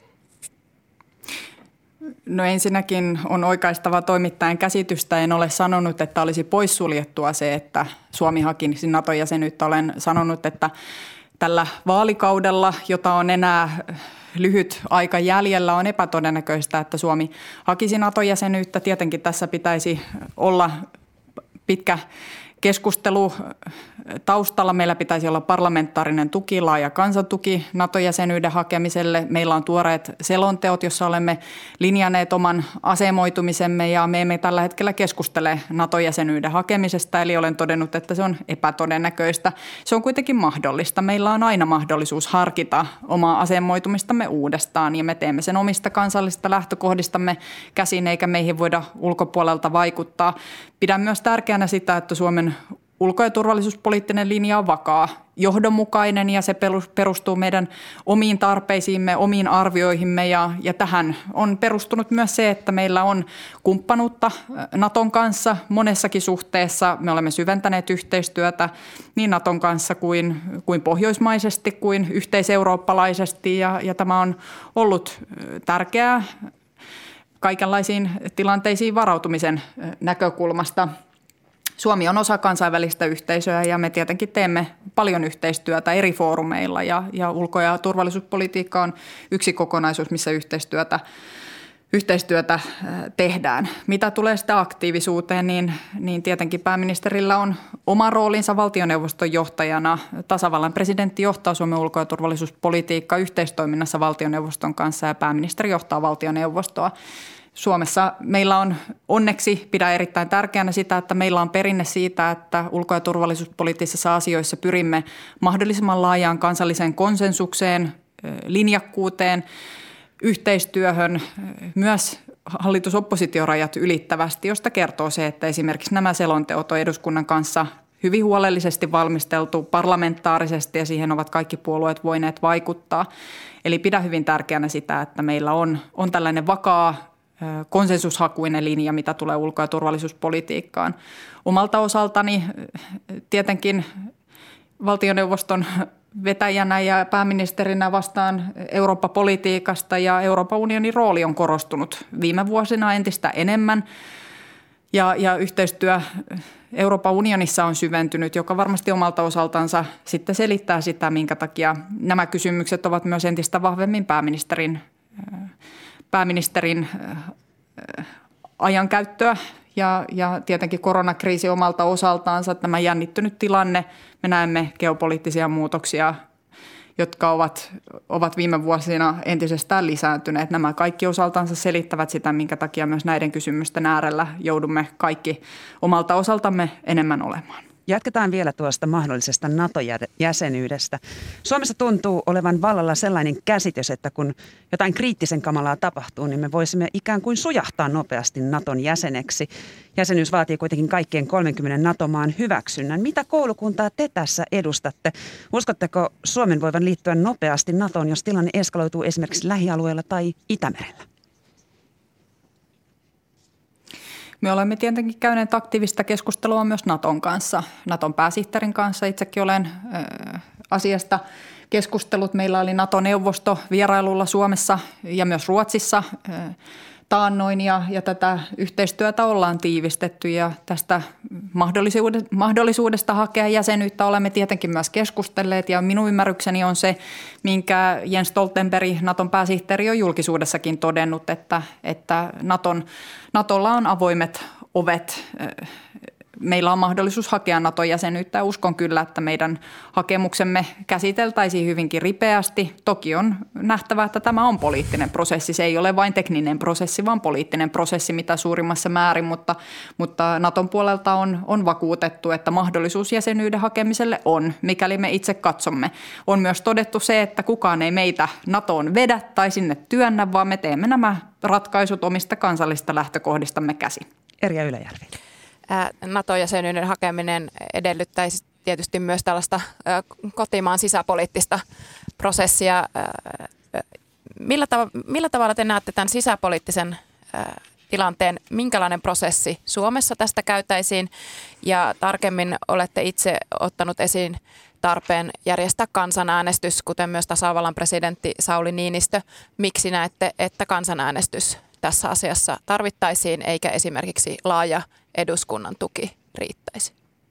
No ensinnäkin on oikaistava toimittajan käsitystä. En ole sanonut, että olisi poissuljettua se, että Suomi hakisi NATO-jäsenyyttä. Olen sanonut, että tällä vaalikaudella, jota on enää lyhyt aika jäljellä, on epätodennäköistä, että Suomi hakisi NATO-jäsenyyttä. Tietenkin tässä pitäisi olla pitkä keskustelu taustalla. Meillä pitäisi olla parlamentaarinen tuki, laaja kansantuki NATO-jäsenyyden hakemiselle. Meillä on tuoreet selonteot, jossa olemme linjanneet oman asemoitumisemme ja me emme tällä hetkellä keskustele NATO-jäsenyyden hakemisesta. Eli olen todennut, että se on epätodennäköistä. Se on kuitenkin mahdollista. Meillä on aina mahdollisuus harkita omaa asemoitumistamme uudestaan ja me teemme sen omista kansallisista lähtökohdistamme käsin eikä meihin voida ulkopuolelta vaikuttaa. Pidän myös tärkeänä sitä, että Suomen ulko- ja turvallisuuspoliittinen linja on vakaa, johdonmukainen ja se perustuu meidän omiin tarpeisiimme, omiin arvioihimme ja, ja tähän on perustunut myös se, että meillä on kumppanuutta Naton kanssa monessakin suhteessa. Me olemme syventäneet yhteistyötä niin Naton kanssa kuin, kuin pohjoismaisesti kuin yhteiseurooppalaisesti ja, ja tämä on ollut tärkeää kaikenlaisiin tilanteisiin varautumisen näkökulmasta. Suomi on osa kansainvälistä yhteisöä ja me tietenkin teemme paljon yhteistyötä eri foorumeilla ja, ja ulko- ja turvallisuuspolitiikka on yksi kokonaisuus, missä yhteistyötä, yhteistyötä tehdään. Mitä tulee sitä aktiivisuuteen, niin, niin tietenkin pääministerillä on oma roolinsa valtioneuvoston johtajana. Tasavallan presidentti johtaa Suomen ulko- ja turvallisuuspolitiikkaa yhteistoiminnassa valtioneuvoston kanssa ja pääministeri johtaa valtioneuvostoa. Suomessa meillä on onneksi, pidän erittäin tärkeänä sitä, että meillä on perinne siitä, että ulko- ja turvallisuuspoliittisissa asioissa pyrimme mahdollisimman laajaan kansalliseen konsensukseen, linjakkuuteen, yhteistyöhön, myös hallitus-oppositiorajat ylittävästi, josta kertoo se, että esimerkiksi nämä selonteot on eduskunnan kanssa hyvin huolellisesti valmisteltu parlamentaarisesti ja siihen ovat kaikki puolueet voineet vaikuttaa. Eli pidän hyvin tärkeänä sitä, että meillä on, on tällainen vakaa konsensushakuinen linja, mitä tulee ulko- ja turvallisuuspolitiikkaan. Omalta osaltani tietenkin valtioneuvoston vetäjänä ja pääministerinä vastaan Eurooppa-politiikasta ja Euroopan unionin rooli on korostunut viime vuosina entistä enemmän. Ja, ja yhteistyö Euroopan unionissa on syventynyt, joka varmasti omalta osaltansa sitten selittää sitä, minkä takia nämä kysymykset ovat myös entistä vahvemmin pääministerin, pääministerin ajankäyttöä. Ja, ja tietenkin koronakriisi omalta osaltaansa, tämä jännittynyt tilanne, me näemme geopoliittisia muutoksia, jotka ovat, ovat viime vuosina entisestään lisääntyneet. Nämä kaikki osaltansa selittävät sitä, minkä takia myös näiden kysymysten äärellä joudumme kaikki omalta osaltamme enemmän olemaan. Jatketaan vielä tuosta mahdollisesta NATO-jäsenyydestä. Suomessa tuntuu olevan vallalla sellainen käsitys, että kun jotain kriittisen kamalaa tapahtuu, niin me voisimme ikään kuin sujahtaa nopeasti Naton jäseneksi. Jäsenyys vaatii kuitenkin kaikkien kolmenkymmenen NATO-maan hyväksynnän. Mitä koulukuntaa te tässä edustatte? Uskotteko Suomen voivan liittyä nopeasti NATOon, jos tilanne eskaloituu esimerkiksi lähialueella tai Itämerellä? Me olemme tietenkin käyneet aktiivista keskustelua myös Naton kanssa, Naton pääsihteerin kanssa. Itsekin olen äh, asiasta keskustellut. Meillä oli Nato-neuvosto vierailulla Suomessa ja myös Ruotsissa äh, taannoin ja, ja tätä yhteistyötä ollaan tiivistetty ja tästä mahdollisuudesta, mahdollisuudesta hakea jäsenyyttä olemme tietenkin myös keskustelleet ja minun ymmärrykseni on se, minkä Jens Stoltenberg, Naton pääsihteeri, on julkisuudessakin todennut, että, että Naton, Natolla on avoimet ovet. Meillä on mahdollisuus hakea NATO-jäsenyyttä ja uskon kyllä, että meidän hakemuksemme käsiteltäisiin hyvinkin ripeästi. Toki on nähtävä, että tämä on poliittinen prosessi. Se ei ole vain tekninen prosessi, vaan poliittinen prosessi mitä suurimmassa määrin, mutta, mutta Naton puolelta on, on vakuutettu, että mahdollisuus jäsenyyden hakemiselle on, mikäli me itse katsomme. On myös todettu se, että kukaan ei meitä NATOon vedä tai sinne työnnä, vaan me teemme nämä ratkaisut omista kansallista lähtökohdistamme käsin. Erja Ylöjärvi. NATO-jäsenyyden hakeminen edellyttäisi tietysti myös tällaista kotimaan sisäpoliittista prosessia. Millä, tav- millä tavalla te näette tämän sisäpoliittisen tilanteen, minkälainen prosessi Suomessa tästä käytäisiin ja tarkemmin olette itse ottanut esiin tarpeen järjestää kansanäänestys, kuten myös tasavallan presidentti Sauli Niinistö. Miksi näette, että kansanäänestys tässä asiassa tarvittaisiin eikä esimerkiksi laaja eduskunnan tuki riittäisi?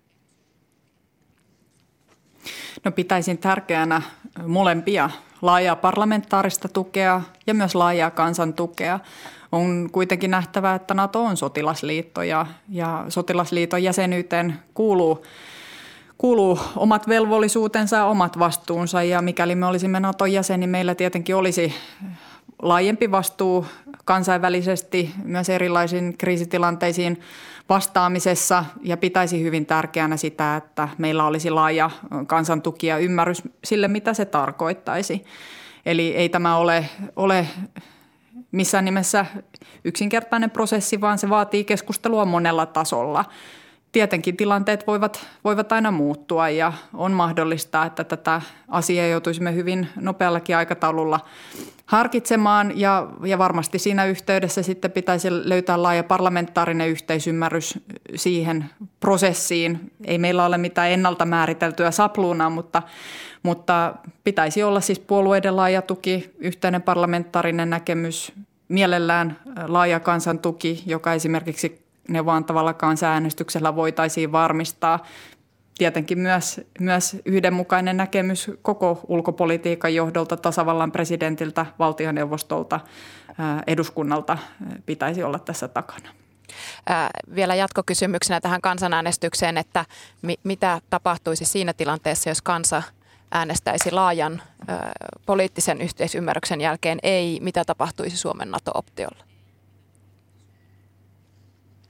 No pitäisin tärkeänä molempia, laajaa parlamentaarista tukea ja myös laajaa kansan tukea. On kuitenkin nähtävä, että NATO on sotilasliitto ja, ja sotilasliiton jäsenyyteen kuuluu, kuuluu omat velvollisuutensa ja omat vastuunsa ja mikäli me olisimme Naton jäsen, niin meillä tietenkin olisi laajempi vastuu kansainvälisesti myös erilaisiin kriisitilanteisiin vastaamisessa ja pitäisi hyvin tärkeänä sitä, että meillä olisi laaja kansantuki ja ymmärrys sille, mitä se tarkoittaisi. Eli ei tämä ole, ole missään nimessä yksinkertainen prosessi, vaan se vaatii keskustelua monella tasolla. Tietenkin tilanteet voivat, voivat aina muuttua ja on mahdollista, että tätä asiaa joutuisimme hyvin nopeallakin aikataululla harkitsemaan ja, ja varmasti siinä yhteydessä sitten pitäisi löytää laaja parlamentaarinen yhteisymmärrys siihen prosessiin. Ei meillä ole mitään ennalta määriteltyä sapluunaa, mutta, mutta pitäisi olla siis puolueiden laaja tuki, yhteinen parlamentaarinen näkemys, mielellään laaja kansantuki, joka esimerkiksi neuvoantavalla kansanäänestyksellä voitaisiin varmistaa. Tietenkin myös, myös yhdenmukainen näkemys koko ulkopolitiikan johdolta, tasavallan presidentiltä, valtioneuvostolta, eduskunnalta pitäisi olla tässä takana. Ää, vielä jatkokysymyksenä tähän kansanäänestykseen, että mi- mitä tapahtuisi siinä tilanteessa, jos kansa äänestäisi laajan ää, poliittisen yhteisymmärryksen jälkeen ei, mitä tapahtuisi Suomen NATO-optiolla?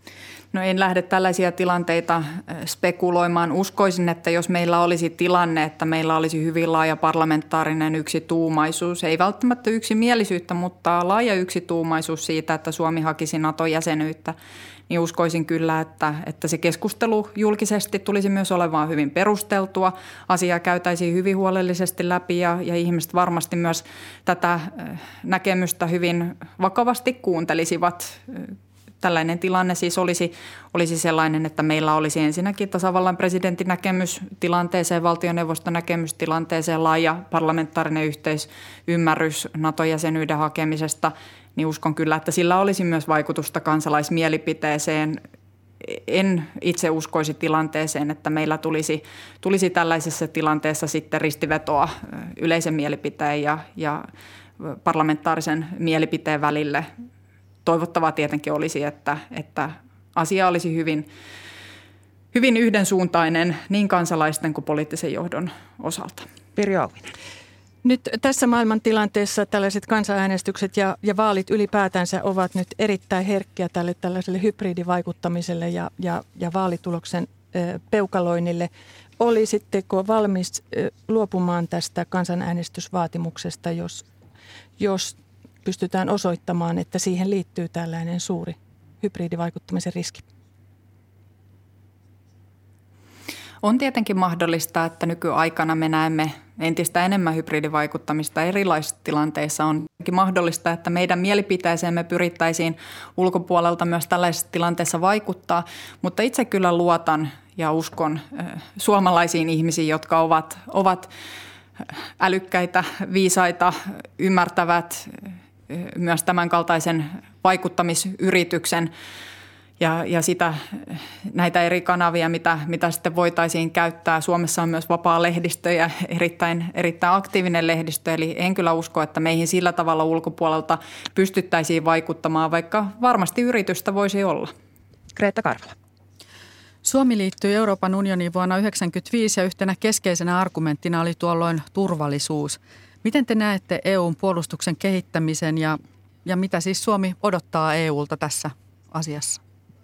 No en lähde tällaisia tilanteita spekuloimaan. Uskoisin, että jos meillä olisi tilanne, että meillä olisi hyvin laaja parlamentaarinen yksituumaisuus, ei välttämättä yksimielisyyttä, mutta laaja yksituumaisuus siitä, että Suomi hakisi Nato-jäsenyyttä, niin uskoisin kyllä, että, että se keskustelu julkisesti tulisi myös olemaan hyvin perusteltua. Asiaa käytäisiin hyvin huolellisesti läpi ja, ja ihmiset varmasti myös tätä näkemystä hyvin vakavasti kuuntelisivat. Tällainen tilanne siis olisi, olisi sellainen, että meillä olisi ensinnäkin tasavallan presidentin näkemys tilanteeseen, valtioneuvoston näkemys tilanteeseen, laaja parlamentaarinen yhteisymmärrys NATO-jäsenyyden hakemisesta, niin uskon kyllä, että sillä olisi myös vaikutusta kansalaismielipiteeseen. En itse uskoisi tilanteeseen, että meillä tulisi, tulisi tällaisessa tilanteessa sitten ristivetoa yleisen mielipiteen ja, ja parlamentaarisen mielipiteen välille. Toivottavaa tietenkin olisi, että, että asia olisi hyvin, hyvin yhdensuuntainen niin kansalaisten kuin poliittisen johdon osalta. Pirjo Auvinen. Nyt tässä maailmantilanteessa tällaiset kansanäänestykset ja, ja vaalit ylipäätänsä ovat nyt erittäin herkkiä tälle tällaiselle hybridivaikuttamiselle ja, ja, ja vaalituloksen ö, peukaloinnille. Olisitteko valmis ö, luopumaan tästä kansanäänestysvaatimuksesta, jos, jos pystytään osoittamaan, että siihen liittyy tällainen suuri hybridivaikuttamisen riski? On tietenkin mahdollista, että nykyaikana me näemme entistä enemmän hybridivaikuttamista erilaisissa tilanteissa. On mahdollista, että meidän mielipiteeseemme pyrittäisiin ulkopuolelta myös tällaisessa tilanteessa vaikuttaa, mutta itse kyllä luotan ja uskon suomalaisiin ihmisiin, jotka ovat, ovat älykkäitä, viisaita, ymmärtävät myös tämän kaltaisen vaikuttamisyrityksen ja, ja sitä, näitä eri kanavia, mitä, mitä sitten voitaisiin käyttää. Suomessa on myös vapaa lehdistö ja erittäin, erittäin aktiivinen lehdistö, eli en kyllä usko, että meihin sillä tavalla ulkopuolelta pystyttäisiin vaikuttamaan, vaikka varmasti yritystä voisi olla. Kreetta Karvala. Suomi liittyi Euroopan unioniin vuonna yhdeksänkymmentäviisi ja yhtenä keskeisenä argumenttina oli tuolloin turvallisuus. Miten te näette E U:n puolustuksen kehittämisen ja, ja mitä siis Suomi odottaa E U:lta tässä asiassa?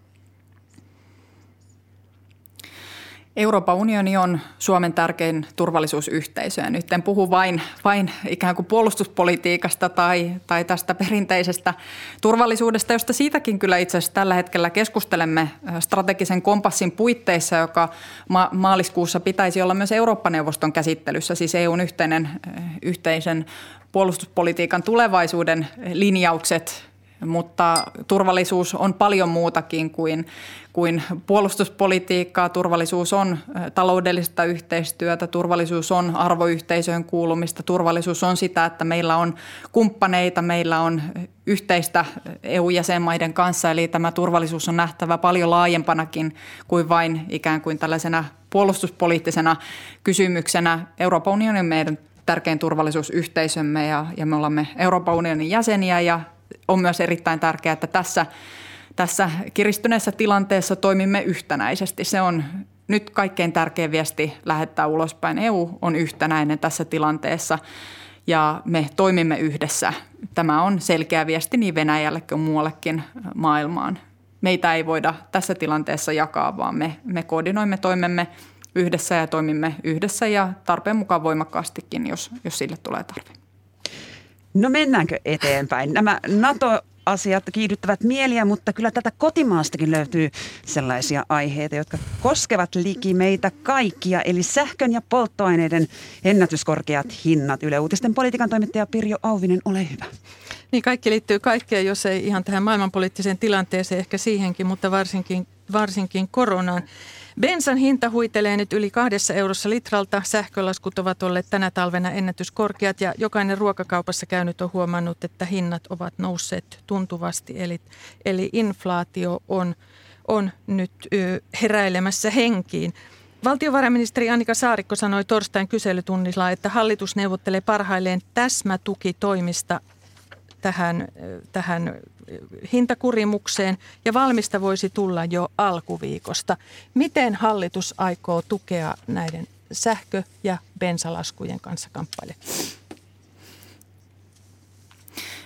Euroopan unioni on Suomen tärkein turvallisuusyhteisö ja nyt en puhu vain, vain ikään kuin puolustuspolitiikasta tai, tai tästä perinteisestä turvallisuudesta, josta siitäkin kyllä itse asiassa tällä hetkellä keskustelemme strategisen kompassin puitteissa, joka ma- maaliskuussa pitäisi olla myös Eurooppa-neuvoston käsittelyssä, siis E U:n yhteinen, yhteisen puolustuspolitiikan tulevaisuuden linjaukset. Mutta turvallisuus on paljon muutakin kuin, kuin puolustuspolitiikkaa. Turvallisuus on taloudellista yhteistyötä, turvallisuus on arvoyhteisöön kuulumista, turvallisuus on sitä, että meillä on kumppaneita, meillä on yhteistä E U-jäsenmaiden kanssa. Eli tämä turvallisuus on nähtävä paljon laajempanakin kuin vain ikään kuin tällaisena puolustuspoliittisena kysymyksenä. Euroopan unioni on meidän tärkein turvallisuusyhteisömme ja, ja me olemme Euroopan unionin jäseniä ja on myös erittäin tärkeää, että tässä, tässä kiristyneessä tilanteessa toimimme yhtenäisesti. Se on nyt kaikkein tärkein viesti lähettää ulospäin. E U on yhtenäinen tässä tilanteessa ja me toimimme yhdessä. Tämä on selkeä viesti niin Venäjälle kuin muuallekin maailmaan. Meitä ei voida tässä tilanteessa jakaa, vaan me, me koordinoimme toimemme yhdessä ja toimimme yhdessä ja tarpeen mukaan voimakkaastikin, jos, jos sille tulee tarve. No mennäänkö eteenpäin? Nämä NATO-asiat kiihdyttävät mieliä, mutta kyllä tätä kotimaastakin löytyy sellaisia aiheita, jotka koskevat liki meitä kaikkia. Eli sähkön ja polttoaineiden ennätyskorkeat hinnat. Yle Uutisten politiikan toimittaja Pirjo Auvinen, ole hyvä. Niin kaikki liittyy kaikkeen, jos ei ihan tähän maailmanpoliittiseen tilanteeseen, ehkä siihenkin, mutta varsinkin, varsinkin koronaan. Bensan hinta huitelee nyt yli kahdessa eurossa litralta. Sähkölaskut ovat olleet tänä talvena ennätyskorkeat ja jokainen ruokakaupassa käynyt on huomannut, että hinnat ovat nousseet tuntuvasti. Eli, eli inflaatio on, on nyt ö, heräilemässä henkiin. Valtiovarainministeri Annika Saarikko sanoi torstain kyselytunnilla, että hallitus neuvottelee parhailleen täsmätukitoimista tähän, tähän hintakurimukseen ja valmista voisi tulla jo alkuviikosta. Miten hallitus aikoo tukea näiden sähkö- ja bensalaskujen kanssa kamppaile?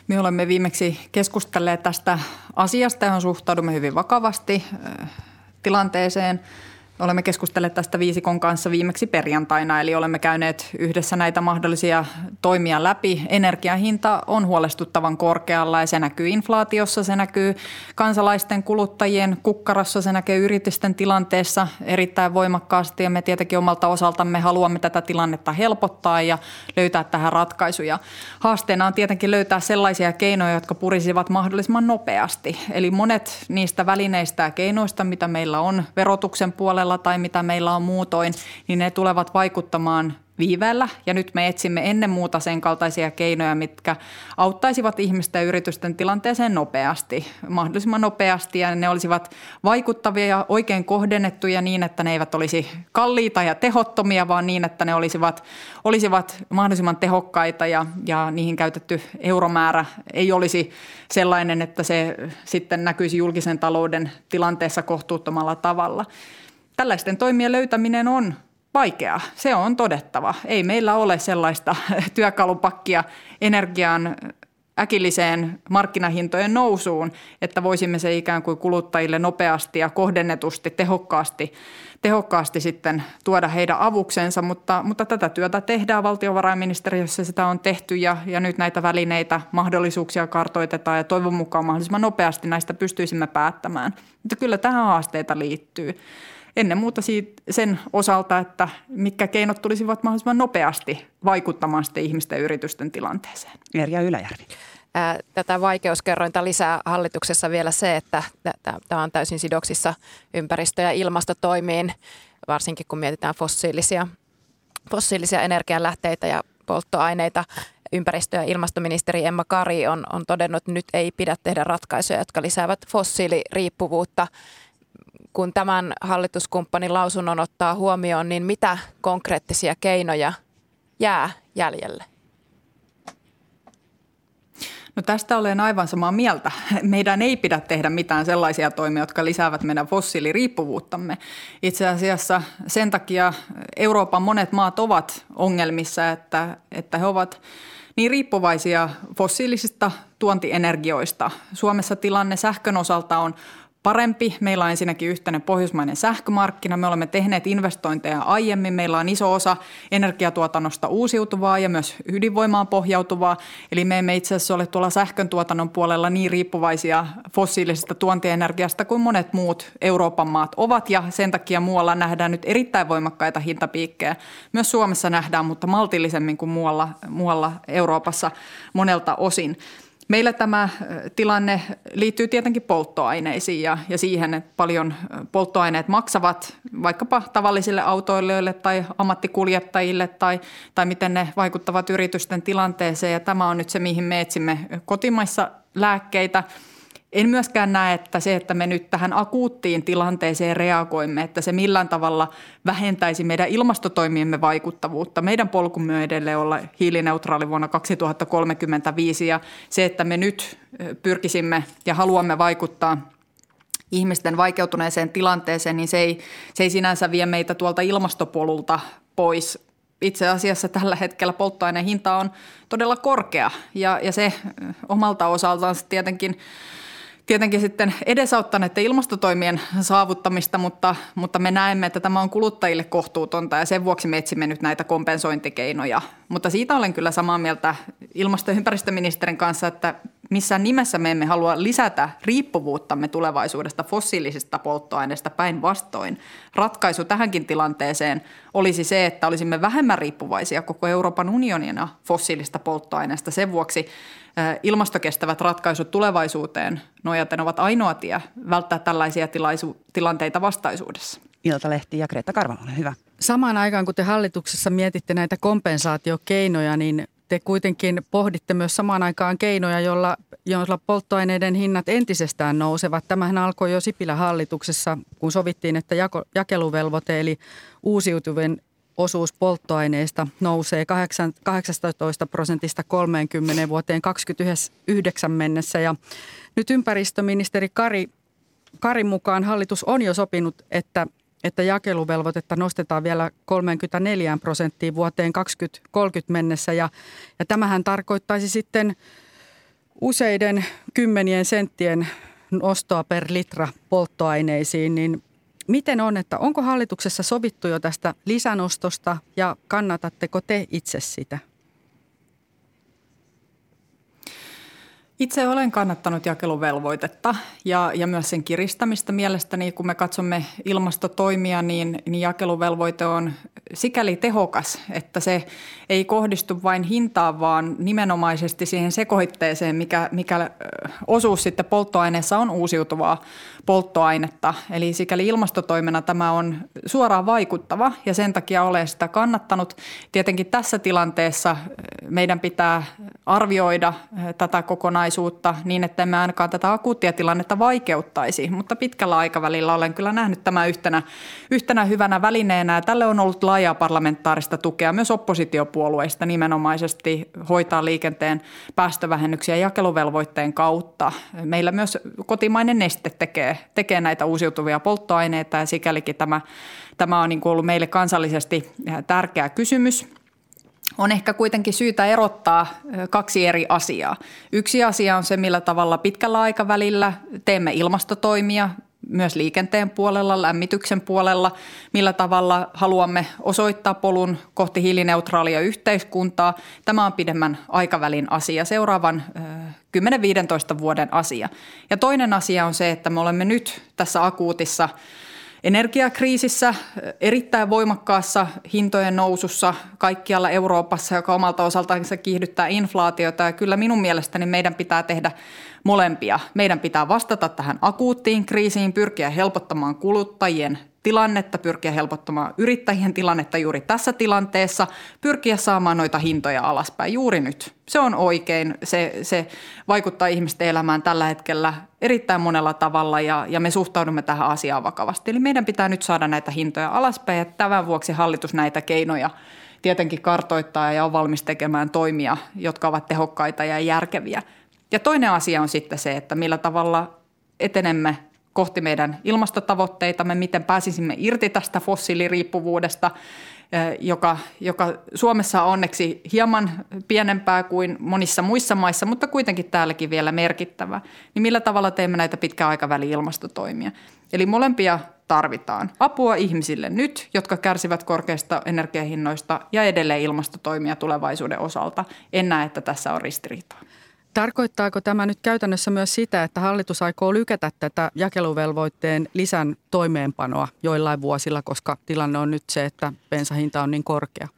Me olemme viimeksi keskustelleet tästä asiasta, johon suhtaudumme hyvin vakavasti tilanteeseen. Olemme keskustelleet tästä viisikon kanssa viimeksi perjantaina, eli olemme käyneet yhdessä näitä mahdollisia toimia läpi. Energian hinta on huolestuttavan korkealla ja se näkyy inflaatiossa, se näkyy kansalaisten kuluttajien kukkarossa, se näkyy yritysten tilanteessa erittäin voimakkaasti ja me tietenkin omalta osaltamme haluamme tätä tilannetta helpottaa ja löytää tähän ratkaisuja. Haasteena on tietenkin löytää sellaisia keinoja, jotka purisivat mahdollisimman nopeasti. Eli monet niistä välineistä ja keinoista, mitä meillä on verotuksen puolella, tai mitä meillä on muutoin, niin ne tulevat vaikuttamaan viiveellä. Ja nyt me etsimme ennen muuta sen kaltaisia keinoja, mitkä auttaisivat ihmisten ja yritysten tilanteeseen nopeasti, mahdollisimman nopeasti. Ja ne olisivat vaikuttavia ja oikein kohdennettuja niin, että ne eivät olisi kalliita ja tehottomia, vaan niin, että ne olisivat, olisivat mahdollisimman tehokkaita ja, ja niihin käytetty euromäärä ei olisi sellainen, että se sitten näkyisi julkisen talouden tilanteessa kohtuuttomalla tavalla. Tällaisten toimien löytäminen on vaikeaa. Se on todettava. Ei meillä ole sellaista työkalupakkia energian äkilliseen markkinahintojen nousuun, että voisimme se ikään kuin kuluttajille nopeasti ja kohdennetusti, tehokkaasti, tehokkaasti sitten tuoda heidän avuksensa, mutta, mutta tätä työtä tehdään valtiovarainministeriössä, sitä on tehty ja, ja nyt näitä välineitä, mahdollisuuksia kartoitetaan ja toivon mukaan mahdollisimman nopeasti näistä pystyisimme päättämään. Mutta kyllä tähän haasteita liittyy. Ennen muuta siitä, sen osalta, että mitkä keinot tulisivat mahdollisimman nopeasti vaikuttamaan sitten ihmisten ja yritysten tilanteeseen. Erja Yläjärvi. Tätä vaikeuskerrointa lisää hallituksessa vielä se, että tämä on täysin sidoksissa ympäristö- ja ilmastotoimiin, varsinkin kun mietitään fossiilisia, fossiilisia energianlähteitä ja polttoaineita. Ympäristö- ja ilmastoministeri Emma Kari on, on todennut, että nyt ei pidä tehdä ratkaisuja, jotka lisäävät fossiiliriippuvuutta. Kun tämän hallituskumppanin lausunnon ottaa huomioon, niin mitä konkreettisia keinoja jää jäljelle? No tästä olen aivan samaa mieltä. Meidän ei pidä tehdä mitään sellaisia toimia, jotka lisäävät meidän fossiiliriippuvuuttamme. Itse asiassa sen takia Euroopan monet maat ovat ongelmissa, että, että he ovat niin riippuvaisia fossiilisista tuontienergioista. Suomessa tilanne sähkön osalta on parempi. Meillä on ensinnäkin yhteinen pohjoismainen sähkömarkkina. Me olemme tehneet investointeja aiemmin. Meillä on iso osa energiatuotannosta uusiutuvaa ja myös ydinvoimaan pohjautuvaa. Eli me emme itse asiassa ole tuolla sähkön tuotannon puolella niin riippuvaisia fossiilisesta tuontienergiasta kuin monet muut Euroopan maat ovat. Ja sen takia muualla nähdään nyt erittäin voimakkaita hintapiikkejä. Myös Suomessa nähdään, mutta maltillisemmin kuin muualla, muualla Euroopassa monelta osin. Meillä tämä tilanne liittyy tietenkin polttoaineisiin ja, ja siihen, että paljon polttoaineet maksavat vaikkapa tavallisille autoilijoille tai ammattikuljettajille tai, tai miten ne vaikuttavat yritysten tilanteeseen. Ja tämä on nyt se, mihin me etsimme kotimaissa lääkkeitä. En myöskään näe, että se, että me nyt tähän akuuttiin tilanteeseen reagoimme, että se millään tavalla vähentäisi meidän ilmastotoimiemme vaikuttavuutta. Meidän polkumme on edelleen olla hiilineutraali vuonna kaksituhattakolmekymmentäviisi ja se, että me nyt pyrkisimme ja haluamme vaikuttaa ihmisten vaikeutuneeseen tilanteeseen, niin se ei, se ei sinänsä vie meitä tuolta ilmastopolulta pois. Itse asiassa tällä hetkellä polttoaineen hinta on todella korkea ja, ja se omalta osaltaan tietenkin Tietenkin sitten edesauttaa näiden ilmastotoimien saavuttamista, mutta, mutta me näemme, että tämä on kuluttajille kohtuutonta ja sen vuoksi me etsimme nyt näitä kompensointikeinoja. Mutta siitä olen kyllä samaa mieltä ilmasto- ja ympäristöministerin kanssa, että missään nimessä me emme halua lisätä riippuvuuttamme tulevaisuudesta fossiilisista polttoaineista päinvastoin. Ratkaisu tähänkin tilanteeseen olisi se, että olisimme vähemmän riippuvaisia koko Euroopan unionina fossiilista polttoaineista. Sen vuoksi ilmastokestävät ratkaisut tulevaisuuteen nojaten ovat ainoa tie välttää tällaisia tilaisu- tilanteita vastaisuudessa. Iltalehti ja Kreta Karvala, ole hyvä. Samaan aikaan, kun te hallituksessa mietitte näitä kompensaatiokeinoja, niin te kuitenkin pohditte myös samaan aikaan keinoja, joilla, joilla polttoaineiden hinnat entisestään nousevat. Tämähän alkoi jo Sipilän hallituksessa, kun sovittiin, että jako, jakeluvelvoite eli uusiutuvien osuus polttoaineista nousee kahdeksantoista prosentista kolmekymmentä vuoteen kaksikymmentäyhdeksän mennessä. Ja nyt ympäristöministeri Kari, Karin mukaan hallitus on jo sopinut, että, että jakeluvelvoitetta nostetaan vielä kolmekymmentäneljä prosenttia vuoteen kaksituhattakolmekymmentä mennessä. Ja, ja tämähän tarkoittaisi sitten useiden kymmenien senttien nostoa per litra polttoaineisiin, niin miten on, että onko hallituksessa sovittu jo tästä lisänostosta ja kannatatteko te itse sitä? Itse olen kannattanut jakeluvelvoitetta ja, ja myös sen kiristämistä. Mielestäni, kun me katsomme ilmastotoimia, niin, niin jakeluvelvoite on sikäli tehokas, että se ei kohdistu vain hintaan, vaan nimenomaisesti siihen sekoitteeseen, mikä, mikä osuus sitten polttoaineessa on uusiutuvaa polttoainetta. Eli sikäli ilmastotoimena tämä on suoraan vaikuttava ja sen takia olen sitä kannattanut. Tietenkin tässä tilanteessa meidän pitää arvioida tätä kokonaisuutta niin, että emme ainakaan tätä akuuttia tilannetta vaikeuttaisi, mutta pitkällä aikavälillä olen kyllä nähnyt tämä yhtenä, yhtenä hyvänä välineenä ja tälle on ollut laajaa parlamentaarista tukea myös oppositiopuolueista nimenomaisesti hoitaa liikenteen päästövähennyksiä jakeluvelvoitteen kautta. Meillä myös kotimainen Neste tekee, tekee näitä uusiutuvia polttoaineita ja sikälikin tämä, tämä on niin kuin ollut meille kansallisesti tärkeä kysymys. On ehkä kuitenkin syytä erottaa kaksi eri asiaa. Yksi asia on se, millä tavalla pitkällä aikavälillä teemme ilmastotoimia, myös liikenteen puolella, lämmityksen puolella, millä tavalla haluamme osoittaa polun kohti hiilineutraalia yhteiskuntaa. Tämä on pidemmän aikavälin asia, seuraavan kymmenen viisitoista vuoden asia. Ja toinen asia on se, että me olemme nyt tässä akuutissa energiakriisissä, erittäin voimakkaassa hintojen nousussa kaikkialla Euroopassa, joka omalta osaltaan se kiihdyttää inflaatiota. Ja kyllä minun mielestäni meidän pitää tehdä molempia. Meidän pitää vastata tähän akuuttiin kriisiin, pyrkiä helpottamaan kuluttajien tilannetta, pyrkiä helpottamaan yrittäjien tilannetta juuri tässä tilanteessa, pyrkiä saamaan noita hintoja alaspäin juuri nyt. Se on oikein, se, se vaikuttaa ihmisten elämään tällä hetkellä erittäin monella tavalla ja, ja me suhtaudumme tähän asiaan vakavasti. Eli meidän pitää nyt saada näitä hintoja alaspäin ja tämän vuoksi hallitus näitä keinoja tietenkin kartoittaa ja on valmis tekemään toimia, jotka ovat tehokkaita ja järkeviä. Ja toinen asia on sitten se, että millä tavalla etenemme kohti meidän ilmastotavoitteitamme, miten pääsisimme irti tästä fossiiliriippuvuudesta, joka, joka Suomessa on onneksi hieman pienempää kuin monissa muissa maissa, mutta kuitenkin täälläkin vielä merkittävä. Niin millä tavalla teemme näitä pitkän aikavälin ilmastotoimia? Eli molempia tarvitaan. Apua ihmisille nyt, jotka kärsivät korkeista energiahinnoista ja edelleen ilmastotoimia tulevaisuuden osalta. En näe, että tässä on ristiriitaa. Tarkoittaako tämä nyt käytännössä myös sitä, että hallitus aikoo lykätä tätä jakeluvelvoitteen lisän toimeenpanoa joillain vuosilla, koska tilanne on nyt se, että bensahinta on niin korkea?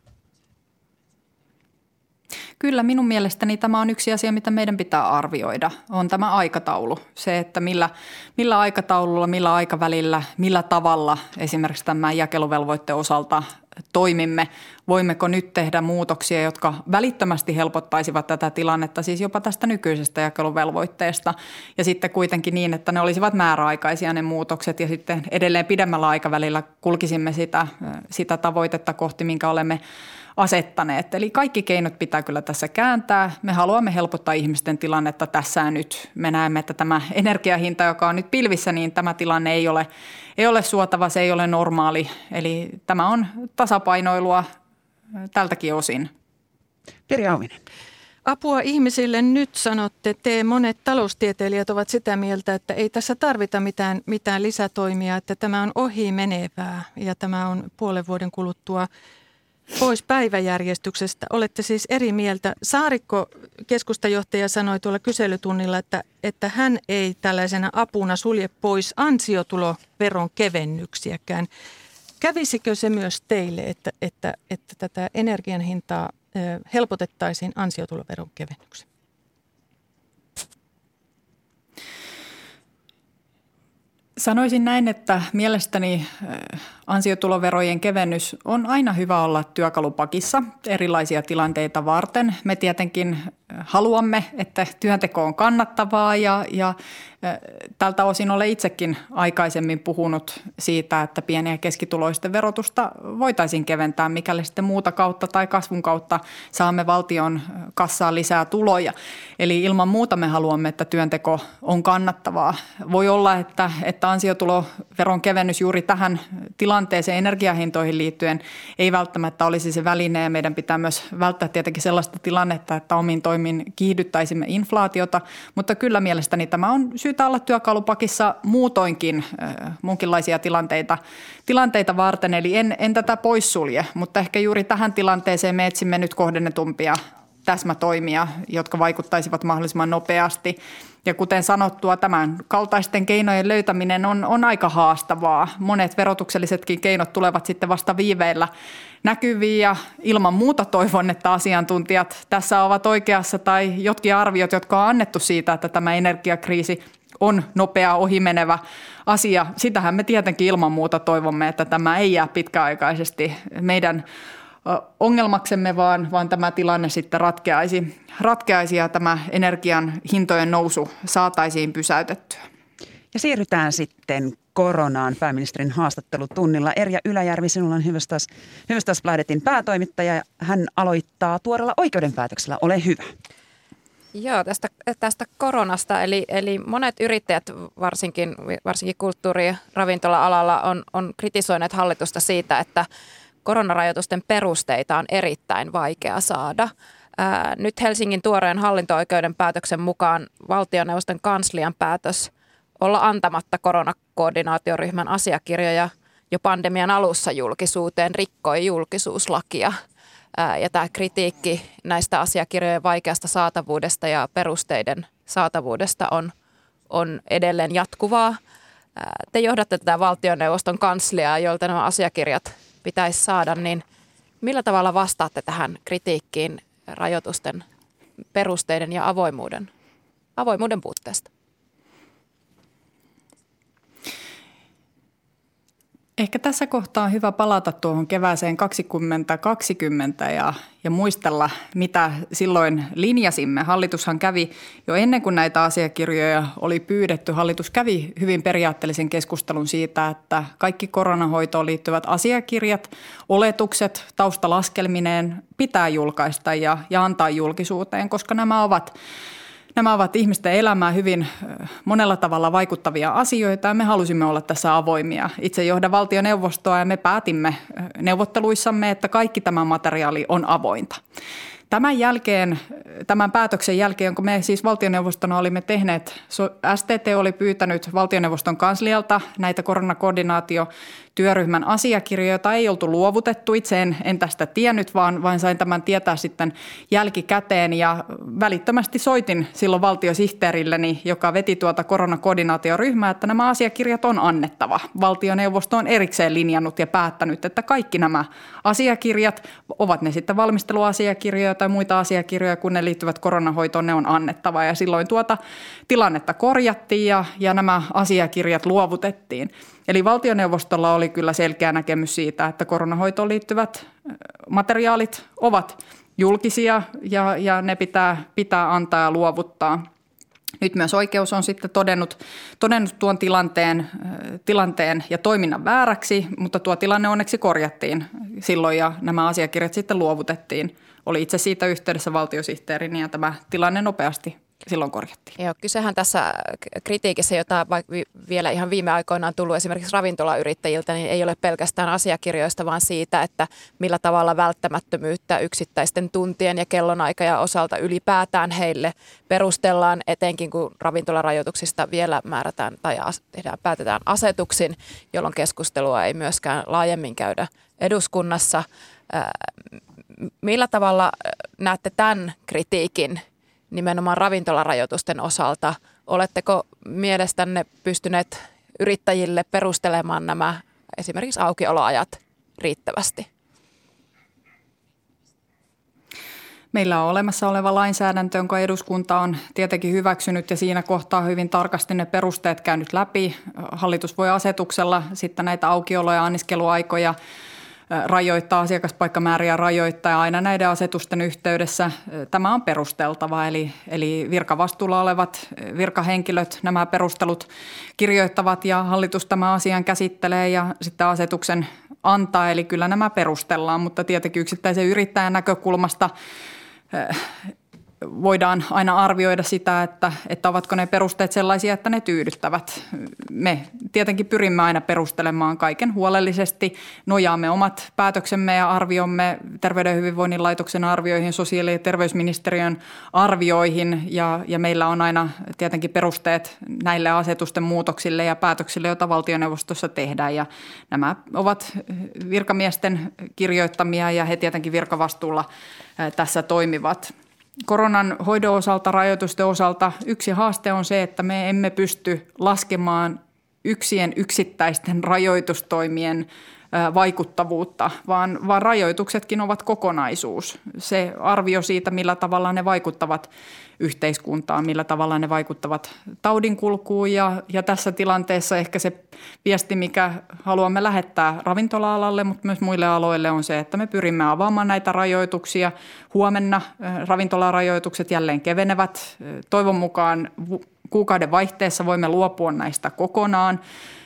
Kyllä, minun mielestäni tämä on yksi asia, mitä meidän pitää arvioida. On tämä aikataulu. Se, että millä, millä aikataululla, millä aikavälillä, millä tavalla esimerkiksi tämän jakeluvelvoitteen osalta toimimme. Voimmeko nyt tehdä muutoksia, jotka välittömästi helpottaisivat tätä tilannetta, siis jopa tästä nykyisestä jakeluvelvoitteesta. Ja sitten kuitenkin niin, että ne olisivat määräaikaisia ne muutokset ja sitten edelleen pidemmällä aikavälillä kulkisimme sitä, sitä tavoitetta kohti, minkä olemme asettaneet. Eli kaikki keinot pitää kyllä tässä kääntää. Me haluamme helpottaa ihmisten tilannetta tässä ja nyt. Me näemme, että tämä energiahinta, joka on nyt pilvissä, niin tämä tilanne ei ole, ei ole suotava, se ei ole normaali. Eli tämä on tasapainoilua tältäkin osin. Pirja Auvinen. Apua ihmisille nyt sanotte, te monet taloustieteilijät ovat sitä mieltä, että ei tässä tarvita mitään, mitään lisätoimia, että tämä on ohi menevää ja tämä on puolen vuoden kuluttua pois päiväjärjestyksestä. Olette siis eri mieltä. Saarikko, keskustajohtaja, sanoi tuolla kyselytunnilla, että, että hän ei tällaisena apuna sulje pois ansiotuloveron kevennyksiäkään. Kävisikö se myös teille, että, että, että tätä energian hintaa helpotettaisiin ansiotuloveron kevennyksen? Sanoisin näin, että mielestäni ansiotuloverojen kevennys on aina hyvä olla työkalupakissa erilaisia tilanteita varten. Me tietenkin haluamme, että työnteko on kannattavaa ja, ja tältä osin olen itsekin aikaisemmin puhunut siitä, että pieni- ja keskituloisten verotusta voitaisiin keventää, mikäli sitten muuta kautta tai kasvun kautta saamme valtion kassaan lisää tuloja. Eli ilman muuta me haluamme, että työnteko on kannattavaa. Voi olla, että, että ansiotuloveron kevennys juuri tähän tilanteeseen energiahintoihin liittyen ei välttämättä olisi se väline ja meidän pitää myös välttää tietenkin sellaista tilannetta, että omiin toimiin rajoitustoimin kiihdyttäisimme inflaatiota, mutta kyllä mielestäni tämä on syytä olla työkalupakissa muutoinkin äh, muunkinlaisia tilanteita, tilanteita varten, eli en, en tätä poissulje, mutta ehkä juuri tähän tilanteeseen me etsimme nyt kohdennetumpia täsmätoimia, jotka vaikuttaisivat mahdollisimman nopeasti. Ja kuten sanottua, tämän kaltaisten keinojen löytäminen on, on aika haastavaa. Monet verotuksellisetkin keinot tulevat sitten vasta viiveillä näkyviin ja ilman muuta toivon, että asiantuntijat tässä ovat oikeassa tai jotkin arviot, jotka on annettu siitä, että tämä energiakriisi on nopea ohimenevä asia. Sitähän me tietenkin ilman muuta toivomme, että tämä ei jää pitkäaikaisesti meidän ongelmaksemme, vaan, vaan tämä tilanne sitten ratkeaisi, ratkeaisi ja tämä energian hintojen nousu saataisiin pysäytettyä. Ja siirrytään sitten koronaan pääministerin haastattelutunnilla. Erja Yläjärvi, sinulla on Hufvudstads, Hufvudstadsbladetin päätoimittaja. Hän aloittaa tuoreella oikeudenpäätöksellä. Ole hyvä. Joo, tästä, tästä koronasta. Eli, eli monet yrittäjät, varsinkin, varsinkin kulttuuri- ja ravintola-alalla, on, on kritisoineet hallitusta siitä, että koronarajoitusten perusteita on erittäin vaikea saada. Ää, nyt Helsingin tuoreen hallinto-oikeuden päätöksen mukaan valtioneuvoston kanslian päätös olla antamatta koronakoordinaatioryhmän asiakirjoja jo pandemian alussa julkisuuteen rikkoi julkisuuslakia. Ää, ja tämä kritiikki näistä asiakirjojen vaikeasta saatavuudesta ja perusteiden saatavuudesta on, on edelleen jatkuvaa. Ää, te johdatte tätä valtioneuvoston kansliaa, jolta nämä asiakirjat pitäisi saada, niin millä tavalla vastaatte tähän kritiikkiin rajoitusten perusteiden ja avoimuuden, avoimuuden puutteesta? Ehkä tässä kohtaa on hyvä palata tuohon kevääseen kaksituhattakaksikymmentä ja, ja muistella, mitä silloin linjasimme. Hallitushan kävi jo ennen kuin näitä asiakirjoja oli pyydetty. Hallitus kävi hyvin periaatteellisen keskustelun siitä, että kaikki koronahoitoon liittyvät asiakirjat, oletukset, taustalaskelmineen pitää julkaista ja, ja antaa julkisuuteen, koska nämä ovat Nämä ovat ihmisten elämään hyvin monella tavalla vaikuttavia asioita ja me halusimme olla tässä avoimia. Itse johdan valtioneuvostoa ja me päätimme neuvotteluissamme, että kaikki tämä materiaali on avointa. Tämän jälkeen, tämän päätöksen jälkeen, kun me siis valtioneuvostona olimme tehneet, S T T oli pyytänyt valtioneuvoston kanslialta näitä koronakoordinaatiotyöryhmän asiakirjoja, joita ei oltu luovutettu. Itse en, en tästä tiennyt, vaan, vaan sain tämän tietää sitten jälkikäteen ja välittömästi soitin silloin valtiosihteerilleni, joka veti tuota koronakoordinaatioryhmää, että nämä asiakirjat on annettava. Valtioneuvosto on erikseen linjannut ja päättänyt, että kaikki nämä asiakirjat, ovat ne sitten valmisteluasiakirjoja tai muita asiakirjoja, kun ne liittyvät koronahoitoon, ne on annettava. Ja silloin tuota tilannetta korjattiin ja, ja nämä asiakirjat luovutettiin. Eli valtioneuvostolla oli kyllä selkeä näkemys siitä, että koronahoitoon liittyvät materiaalit ovat julkisia ja, ja ne pitää, pitää antaa ja luovuttaa. Nyt myös oikeus on sitten todennut, todennut tuon tilanteen, tilanteen ja toiminnan vääräksi, mutta tuo tilanne onneksi korjattiin silloin ja nämä asiakirjat sitten luovutettiin. Oli itse siitä yhteydessä valtiosihteerin ja tämä tilanne nopeasti silloin korjattiin. Joo, kysehän tässä kritiikissä, jota vielä ihan viime aikoina on tullut esimerkiksi ravintolayrittäjiltä, niin ei ole pelkästään asiakirjoista, vaan siitä, että millä tavalla välttämättömyyttä yksittäisten tuntien ja kellonaika ja osalta ylipäätään heille perustellaan, etenkin kun ravintolarajoituksista vielä määrätään tai tehdään, päätetään asetuksin, jolloin keskustelua ei myöskään laajemmin käydä eduskunnassa. Millä tavalla näette tämän kritiikin nimenomaan ravintolarajoitusten osalta? Oletteko mielestänne pystyneet yrittäjille perustelemaan nämä esimerkiksi aukioloajat riittävästi? Meillä on olemassa oleva lainsäädäntö, jonka eduskunta on tietenkin hyväksynyt ja siinä kohtaa hyvin tarkasti ne perusteet käynyt läpi. Hallitus voi asetuksella sitten näitä aukiolo- ja anniskeluaikoja rajoittaa, asiakaspaikkamääriä rajoittaa ja aina näiden asetusten yhteydessä tämä on perusteltava. Eli, eli virkavastuulla olevat virkahenkilöt nämä perustelut kirjoittavat ja hallitus tämä asian käsittelee ja sitten asetuksen antaa. Eli kyllä nämä perustellaan, mutta tietenkin yksittäisen yrittäjän näkökulmasta voidaan aina arvioida sitä, että, että ovatko ne perusteet sellaisia, että ne tyydyttävät. Me tietenkin pyrimme aina perustelemaan kaiken huolellisesti, nojaamme omat päätöksemme ja arviomme Terveyden ja hyvinvoinnin laitoksen arvioihin, sosiaali- ja terveysministeriön arvioihin ja, ja meillä on aina tietenkin perusteet näille asetusten muutoksille ja päätöksille, joita valtioneuvostossa tehdään ja nämä ovat virkamiesten kirjoittamia ja he tietenkin virkavastuulla tässä toimivat. Koronan hoidon osalta, rajoitusten osalta yksi haaste on se, että me emme pysty laskemaan yksien yksittäisten rajoitustoimien vaikuttavuutta, vaan, vaan rajoituksetkin ovat kokonaisuus. Se arvio siitä, millä tavalla ne vaikuttavat yhteiskuntaan, millä tavalla ne vaikuttavat taudinkulkuun ja, ja tässä tilanteessa ehkä se viesti, mikä haluamme lähettää ravintola-alalle, mutta myös muille aloille on se, että me pyrimme avaamaan näitä rajoituksia. Huomenna ravintolarajoitukset jälleen kevenevät. Toivon mukaan kuukauden vaihteessa voimme luopua näistä kokonaan.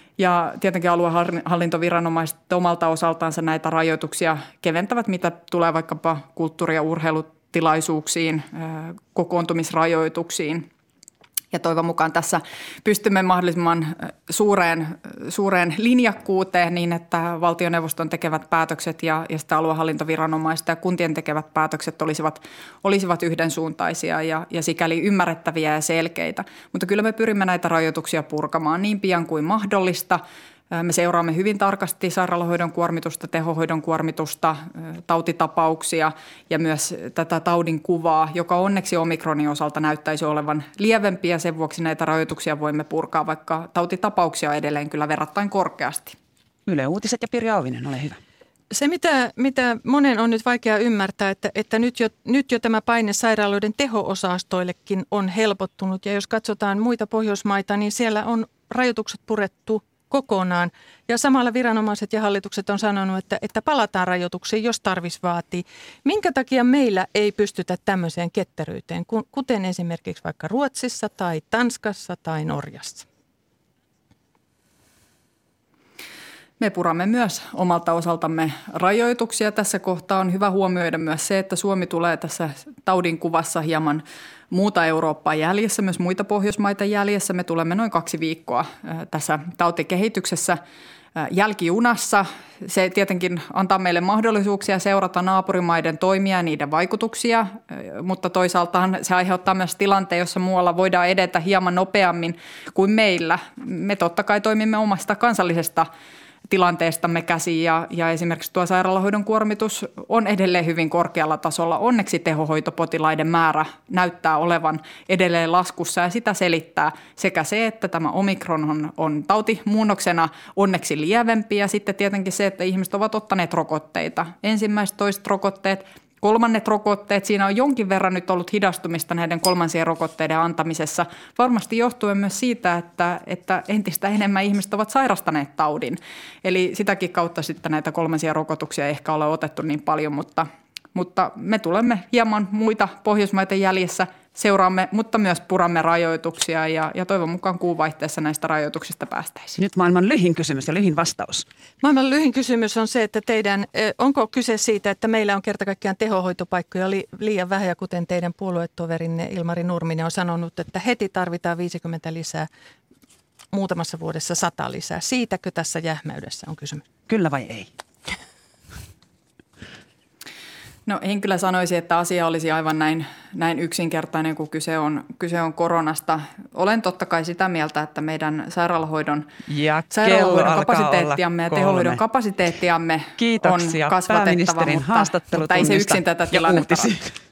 Ja tietenkin aluehallintoviranomaiset omalta osaltaansa näitä rajoituksia keventävät, mitä tulee vaikkapa kulttuuri- ja urheilutilaisuuksiin, kokoontumisrajoituksiin. Ja toivon mukaan tässä pystymme mahdollisimman suureen, suureen linjakkuuteen niin, että valtioneuvoston tekevät päätökset ja, ja sitä aluehallintoviranomaista ja kuntien tekevät päätökset olisivat, olisivat yhdensuuntaisia ja, ja sikäli ymmärrettäviä ja selkeitä. Mutta kyllä me pyrimme näitä rajoituksia purkamaan niin pian kuin mahdollista. Me seuraamme hyvin tarkasti sairaalahoidon kuormitusta, tehohoidon kuormitusta, tautitapauksia ja myös tätä taudin kuvaa, joka onneksi omikronin osalta näyttäisi olevan lievempi ja sen vuoksi näitä rajoituksia voimme purkaa, vaikka tautitapauksia on edelleen kyllä verrattain korkeasti. Yle Uutiset ja Pirja Auvinen, ole hyvä. Se, mitä, mitä monen on nyt vaikea ymmärtää, että, että nyt, jo, nyt jo tämä paine sairaaloiden teho-osastoillekin on helpottunut. Ja jos katsotaan muita Pohjoismaita, niin siellä on rajoitukset purettu kokonaan. Ja samalla viranomaiset ja hallitukset on sanonut, että, että palataan rajoituksiin, jos tarvis vaatii. Minkä takia meillä ei pystytä tämmöiseen ketteryyteen, kuten esimerkiksi vaikka Ruotsissa tai Tanskassa tai Norjassa? Me puramme myös omalta osaltamme rajoituksia. Tässä kohtaa on hyvä huomioida myös se, että Suomi tulee tässä taudin kuvassa hieman muuta Eurooppaa jäljessä, myös muita Pohjoismaita jäljessä. Me tulemme noin kaksi viikkoa tässä tautikehityksessä jälkijunassa. Se tietenkin antaa meille mahdollisuuksia seurata naapurimaiden toimia ja niiden vaikutuksia, mutta toisaalta se aiheuttaa myös tilanteen, jossa muualla voidaan edetä hieman nopeammin kuin meillä. Me totta kai toimimme omasta kansallisesta tilanteestamme käsiin ja, ja esimerkiksi tuo sairaalahoidon kuormitus on edelleen hyvin korkealla tasolla. Onneksi tehohoitopotilaiden määrä näyttää olevan edelleen laskussa ja sitä selittää sekä se, että tämä omikron on, on tautimuunnoksena onneksi lievempi ja sitten tietenkin se, että ihmiset ovat ottaneet rokotteita. Ensimmäiset toiset rokotteet, kolmannet rokotteet, siinä on jonkin verran nyt ollut hidastumista näiden kolmansien rokotteiden antamisessa. Varmasti johtuen myös siitä, että, että entistä enemmän ihmiset ovat sairastaneet taudin. Eli sitäkin kautta sitten näitä kolmansia rokotuksia ei ehkä ole otettu niin paljon, mutta, mutta me tulemme hieman muita Pohjoismaiden jäljessä, seuraamme, mutta myös puramme rajoituksia ja, ja toivon mukaan kuunvaihteessa näistä rajoituksista päästäisiin. Nyt maailman lyhin kysymys ja lyhin vastaus. Maailman lyhin kysymys on se, että teidän, onko kyse siitä, että meillä on kerta kaikkiaan tehohoitopaikkoja li, liian vähän ja kuten teidän puoluetoverinne Ilmari Nurminen on sanonut, että heti tarvitaan viisikymmentä lisää, muutamassa vuodessa sata lisää. Siitäkö tässä jähmäydessä on kysymys? Kyllä vai ei? No en kyllä sanoisi, että asia olisi aivan näin, näin yksinkertainen, kun kyse on, kyse on koronasta. Olen totta kai sitä mieltä, että meidän sairaalahoidon, sairaalahoidon kapasiteettiamme ja tehohoidon kapasiteettiamme Kiitoksia. on kasvatettava, mutta, mutta ei se yksin tätä tilannetta.